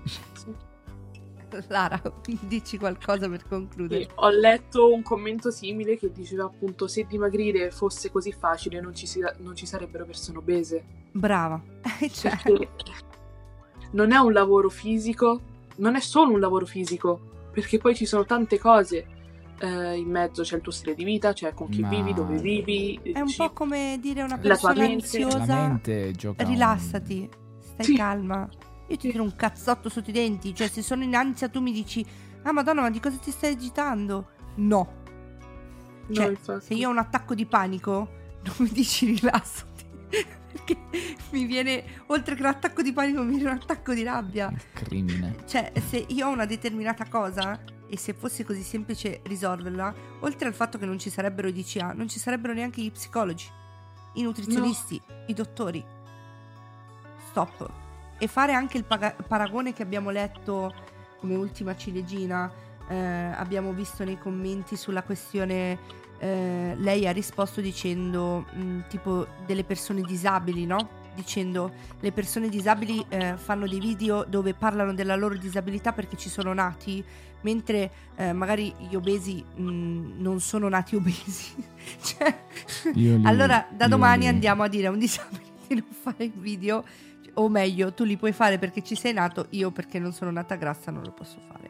Speaker 2: Lara, dici qualcosa per concludere?
Speaker 4: Sì, ho letto un commento simile che diceva appunto se dimagrire fosse così facile non ci, si, non ci sarebbero persone obese.
Speaker 2: Brava. Cioè.
Speaker 4: Perché non è un lavoro fisico, non è solo un lavoro fisico, perché poi ci sono tante cose eh, in mezzo, c'è il tuo stile di vita, c'è con chi
Speaker 1: Ma-
Speaker 4: vivi, dove vivi.
Speaker 2: È un
Speaker 4: ci-
Speaker 2: po' come dire a una
Speaker 4: La tua
Speaker 2: persona
Speaker 4: mente-
Speaker 2: ansiosa:
Speaker 1: La mente gioca un-
Speaker 2: rilassati, stai
Speaker 4: Sì.
Speaker 2: calma. Io ti
Speaker 4: Sì.
Speaker 2: tiro un cazzotto sotto i denti. Cioè, se sono in ansia tu mi dici: ah madonna, ma di cosa ti stai agitando? No.
Speaker 4: No,
Speaker 2: Cioè,
Speaker 4: infatti.
Speaker 2: se io ho un attacco di panico, non mi dici rilassati. Perché mi viene, oltre che l'attacco di panico, mi viene un attacco di rabbia.
Speaker 1: il crimine.
Speaker 2: Cioè, se io ho una determinata cosa e se fosse così semplice risolverla, oltre al fatto che non ci sarebbero i D C A, non ci sarebbero neanche gli psicologi, i nutrizionisti, i dottori. Stop. E fare anche il paga- paragone che abbiamo letto come ultima ciliegina, eh, abbiamo visto nei commenti sulla questione, eh, lei ha risposto dicendo mh, tipo delle persone disabili, no? Dicendo le persone disabili eh, fanno dei video dove parlano della loro disabilità perché ci sono nati, mentre eh, magari gli obesi mh, non sono nati obesi. Cioè,
Speaker 1: Io li-
Speaker 2: allora da
Speaker 1: io
Speaker 2: domani
Speaker 1: li-
Speaker 2: andiamo a dire a un disabile di non fare il video, o meglio, tu li puoi fare perché ci sei nato, io perché non sono nata grassa non lo posso fare.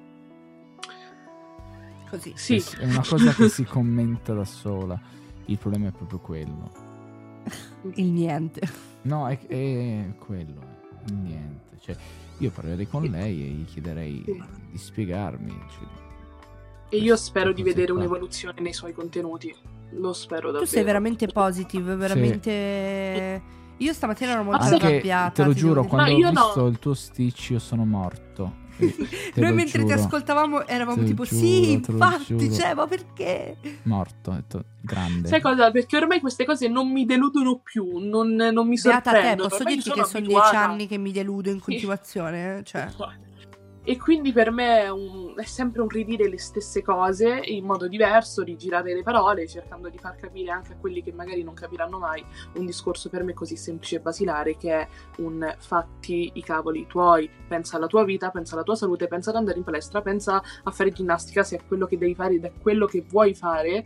Speaker 2: Così.
Speaker 4: Sì.
Speaker 1: È una cosa che si commenta da sola. Il problema è proprio quello.
Speaker 2: Il niente.
Speaker 1: No, è, è quello. È niente. Cioè, io parlerei con lei e gli chiederei
Speaker 4: Sì.
Speaker 1: di spiegarmi. Cioè,
Speaker 4: E io spero di
Speaker 1: cose
Speaker 4: vedere
Speaker 1: qua.
Speaker 4: un'evoluzione nei suoi contenuti. Lo spero davvero.
Speaker 2: Tu sei veramente positive, veramente. Io stamattina ero molto
Speaker 4: Ah, sì.
Speaker 1: Anche,
Speaker 2: arrabbiata.
Speaker 1: te lo
Speaker 2: ti
Speaker 1: giuro,
Speaker 2: devo dire.
Speaker 1: quando
Speaker 4: Ma
Speaker 1: ho
Speaker 4: io no.
Speaker 1: visto il tuo stitch io sono morto. Eh, te
Speaker 2: Noi
Speaker 1: lo
Speaker 2: mentre ti
Speaker 1: giuro.
Speaker 2: ascoltavamo eravamo
Speaker 1: Te lo
Speaker 2: tipo
Speaker 1: giuro,
Speaker 2: sì,
Speaker 1: te lo
Speaker 2: infatti,
Speaker 1: giuro.
Speaker 2: cioè, ma perché?
Speaker 1: Morto, ho detto, grande.
Speaker 4: Sai cosa? Perché ormai queste cose non mi deludono più, non, non mi
Speaker 2: Beata a te,
Speaker 4: sorprendono.
Speaker 2: posso
Speaker 4: ormai
Speaker 2: dirti
Speaker 4: sono
Speaker 2: che sono
Speaker 4: abituata.
Speaker 2: dieci anni che mi deludo in continuazione, eh? Cioè.
Speaker 4: E quindi per me è, un- è sempre un ridire le stesse cose in modo diverso, rigirare le parole, cercando di far capire anche a quelli che magari non capiranno mai un discorso per me così semplice e basilare, che è un fatti i cavoli tuoi, pensa alla tua vita, pensa alla tua salute, pensa ad andare in palestra, pensa a fare ginnastica se è quello che devi fare ed è quello che vuoi fare,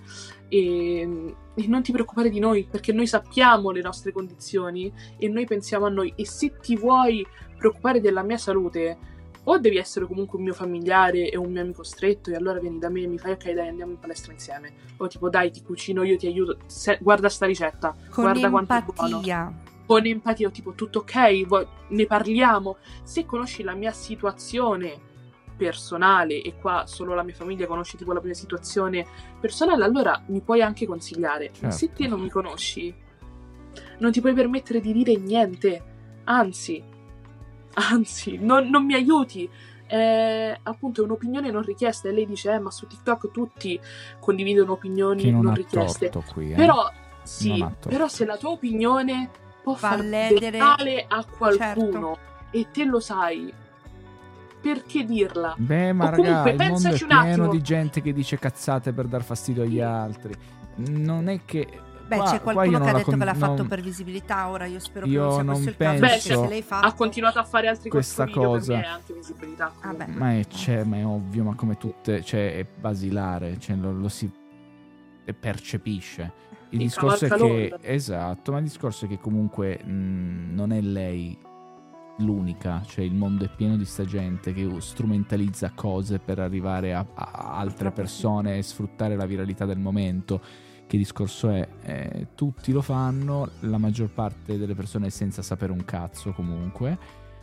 Speaker 4: e, e non ti preoccupare di noi, perché noi sappiamo le nostre condizioni e noi pensiamo a noi. E se ti vuoi preoccupare della mia salute, o devi essere comunque un mio familiare e un mio amico stretto e allora vieni da me e mi fai ok dai andiamo in palestra insieme, o tipo dai ti cucino io ti aiuto, Se- guarda sta ricetta,
Speaker 2: Con
Speaker 4: guarda quanto è buono,
Speaker 2: empatia.
Speaker 4: con empatia, o tipo tutto ok, vuoi- ne parliamo. Se conosci la mia situazione personale, e qua solo la mia famiglia conosce tipo la mia situazione personale, allora mi puoi anche consigliare. Ma se
Speaker 1: Certo.
Speaker 4: te non mi conosci non ti puoi permettere di dire niente, anzi Anzi, non, non mi aiuti. È appunto è un'opinione non richiesta. E lei dice: eh, ma su TikTok tutti condividono opinioni
Speaker 1: Che non,
Speaker 4: non
Speaker 1: ha
Speaker 4: richieste.
Speaker 1: torto qui, eh.
Speaker 4: Però, sì,
Speaker 1: Non ha torto.
Speaker 4: però se la tua opinione può
Speaker 2: Fa
Speaker 4: far
Speaker 2: ledere-
Speaker 4: del male a qualcuno,
Speaker 2: certo.
Speaker 4: e te lo sai, perché dirla?
Speaker 1: Beh, ma
Speaker 4: O comunque,
Speaker 1: raga, il mondo è
Speaker 4: pensaci un
Speaker 1: pieno
Speaker 4: attimo.
Speaker 1: di gente che dice cazzate per dar fastidio agli altri. Non è che...
Speaker 2: Beh,
Speaker 1: qua-
Speaker 2: c'è
Speaker 1: qua
Speaker 2: qualcuno
Speaker 1: io
Speaker 2: che
Speaker 1: non
Speaker 2: ha
Speaker 1: la
Speaker 2: detto
Speaker 1: con-
Speaker 2: che l'ha fatto
Speaker 1: non-
Speaker 2: per visibilità. Ora io spero
Speaker 1: Io
Speaker 2: che non sia
Speaker 1: non
Speaker 2: questo il caso,
Speaker 1: penso-
Speaker 2: perché se lei fa
Speaker 4: Ha continuato a fare altri
Speaker 1: Questa
Speaker 4: quattro video,
Speaker 1: cosa-
Speaker 4: per me è anche visibilità. comunque.
Speaker 2: Vabbè.
Speaker 1: Ma è, c'è, ma è ovvio, ma come tutte, cioè è basilare, cioè lo, lo si percepisce. Il
Speaker 4: Sì,
Speaker 1: discorso è
Speaker 4: cavalca
Speaker 1: che,
Speaker 4: l'onda.
Speaker 1: esatto, ma il discorso è che comunque mh, non è lei l'unica, cioè il mondo è pieno di sta gente che strumentalizza cose per arrivare a, a altre persone e sfruttare la viralità del momento. Che discorso è? Eh, tutti lo fanno, la maggior parte delle persone senza sapere un cazzo comunque,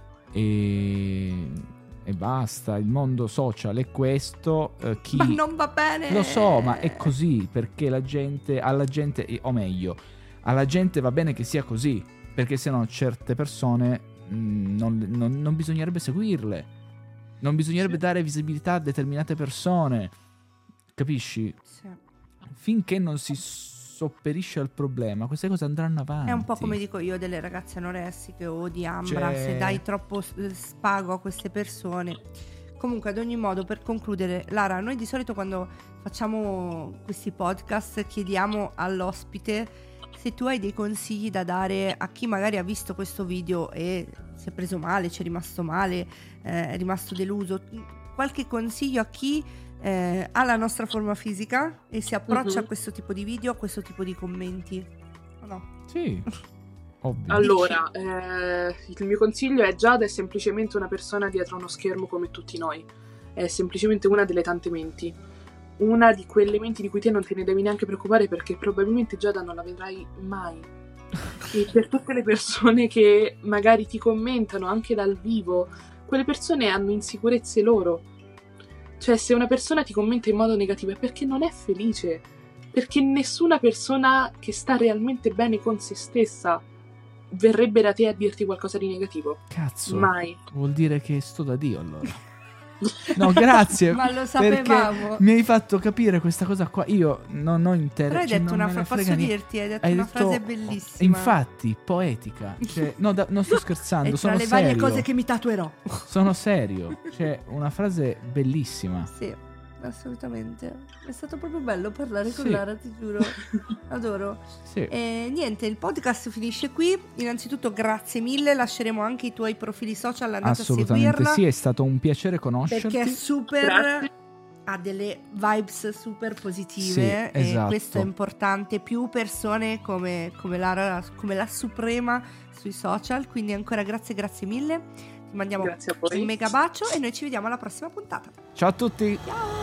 Speaker 1: e, e basta. Il mondo social è questo, eh, chi...
Speaker 2: Ma non va bene.
Speaker 1: Lo so, ma è così perché la gente, alla gente, o meglio, alla gente va bene che sia così, perché sennò certe persone mh, non, non- non bisognerebbe seguirle, non bisognerebbe
Speaker 4: Sì.
Speaker 1: dare visibilità a determinate persone, capisci?
Speaker 2: Sì.
Speaker 1: Finché non si sopperisce al problema, queste cose andranno avanti.
Speaker 2: È un po' come dico io delle ragazze anoressiche o di Ambra,
Speaker 1: Cioè-
Speaker 2: se dai troppo s- spago a queste persone. Comunque, ad ogni modo, per concludere, Lara, noi di solito quando facciamo questi podcast chiediamo all'ospite se tu hai dei consigli da dare a chi magari ha visto questo video e si è preso male, ci è rimasto male, eh, è rimasto deluso. Qualche consiglio a chi eh, ha la nostra forma fisica e si approccia
Speaker 4: Mhm.
Speaker 2: a questo tipo di video, a questo tipo di commenti? O no?
Speaker 1: Sì, ovvio.
Speaker 4: Allora, eh, il mio consiglio è: Giada è semplicemente una persona dietro uno schermo come tutti noi. È semplicemente una delle tante menti. Una di quelle menti di cui te non te ne devi neanche preoccupare, perché probabilmente Giada non la vedrai mai. E per tutte le persone che magari ti commentano anche dal vivo, quelle persone hanno insicurezze loro. Cioè, se una persona ti commenta in modo negativo è perché non è felice. Perché nessuna persona che sta realmente bene con se stessa verrebbe da te a dirti qualcosa di negativo.
Speaker 1: Cazzo,
Speaker 4: Mai.
Speaker 1: vuol dire che sto da Dio allora. No, grazie.
Speaker 2: Ma lo
Speaker 1: perché
Speaker 2: sapevamo.
Speaker 1: mi hai fatto capire questa cosa qua. Io non ho interesse.
Speaker 2: Però hai
Speaker 1: cioè,
Speaker 2: detto
Speaker 1: non
Speaker 2: una
Speaker 1: me ne
Speaker 2: fra-
Speaker 1: frega
Speaker 2: posso
Speaker 1: niente.
Speaker 2: dirti, hai detto
Speaker 1: Hai
Speaker 2: una
Speaker 1: detto-
Speaker 2: frase bellissima.
Speaker 1: Infatti, poetica. Cioè, no, da- non sto scherzando.
Speaker 2: E tra
Speaker 1: sono
Speaker 2: le
Speaker 1: serio.
Speaker 2: varie cose che mi tatuerò.
Speaker 1: Sono serio. Cioè, una frase bellissima.
Speaker 2: Sì, assolutamente. È stato proprio bello parlare con
Speaker 1: Sì.
Speaker 2: Lara, ti giuro. Adoro.
Speaker 1: Sì.
Speaker 2: E niente, il podcast finisce qui. Innanzitutto grazie mille, lasceremo anche i tuoi profili social, andate a
Speaker 1: Assolutamente
Speaker 2: seguirla.
Speaker 1: sì, è stato un piacere conoscerti.
Speaker 2: Perché è super,
Speaker 4: Grazie.
Speaker 2: ha delle vibes super positive,
Speaker 1: Sì,
Speaker 2: e
Speaker 1: esatto.
Speaker 2: questo è importante. Più persone come, come Lara, come la Suprema sui social. Quindi ancora grazie, grazie mille. Ti mandiamo
Speaker 4: Grazie a voi.
Speaker 2: un mega bacio e noi ci vediamo alla prossima puntata.
Speaker 1: Ciao a tutti.
Speaker 2: Ciao.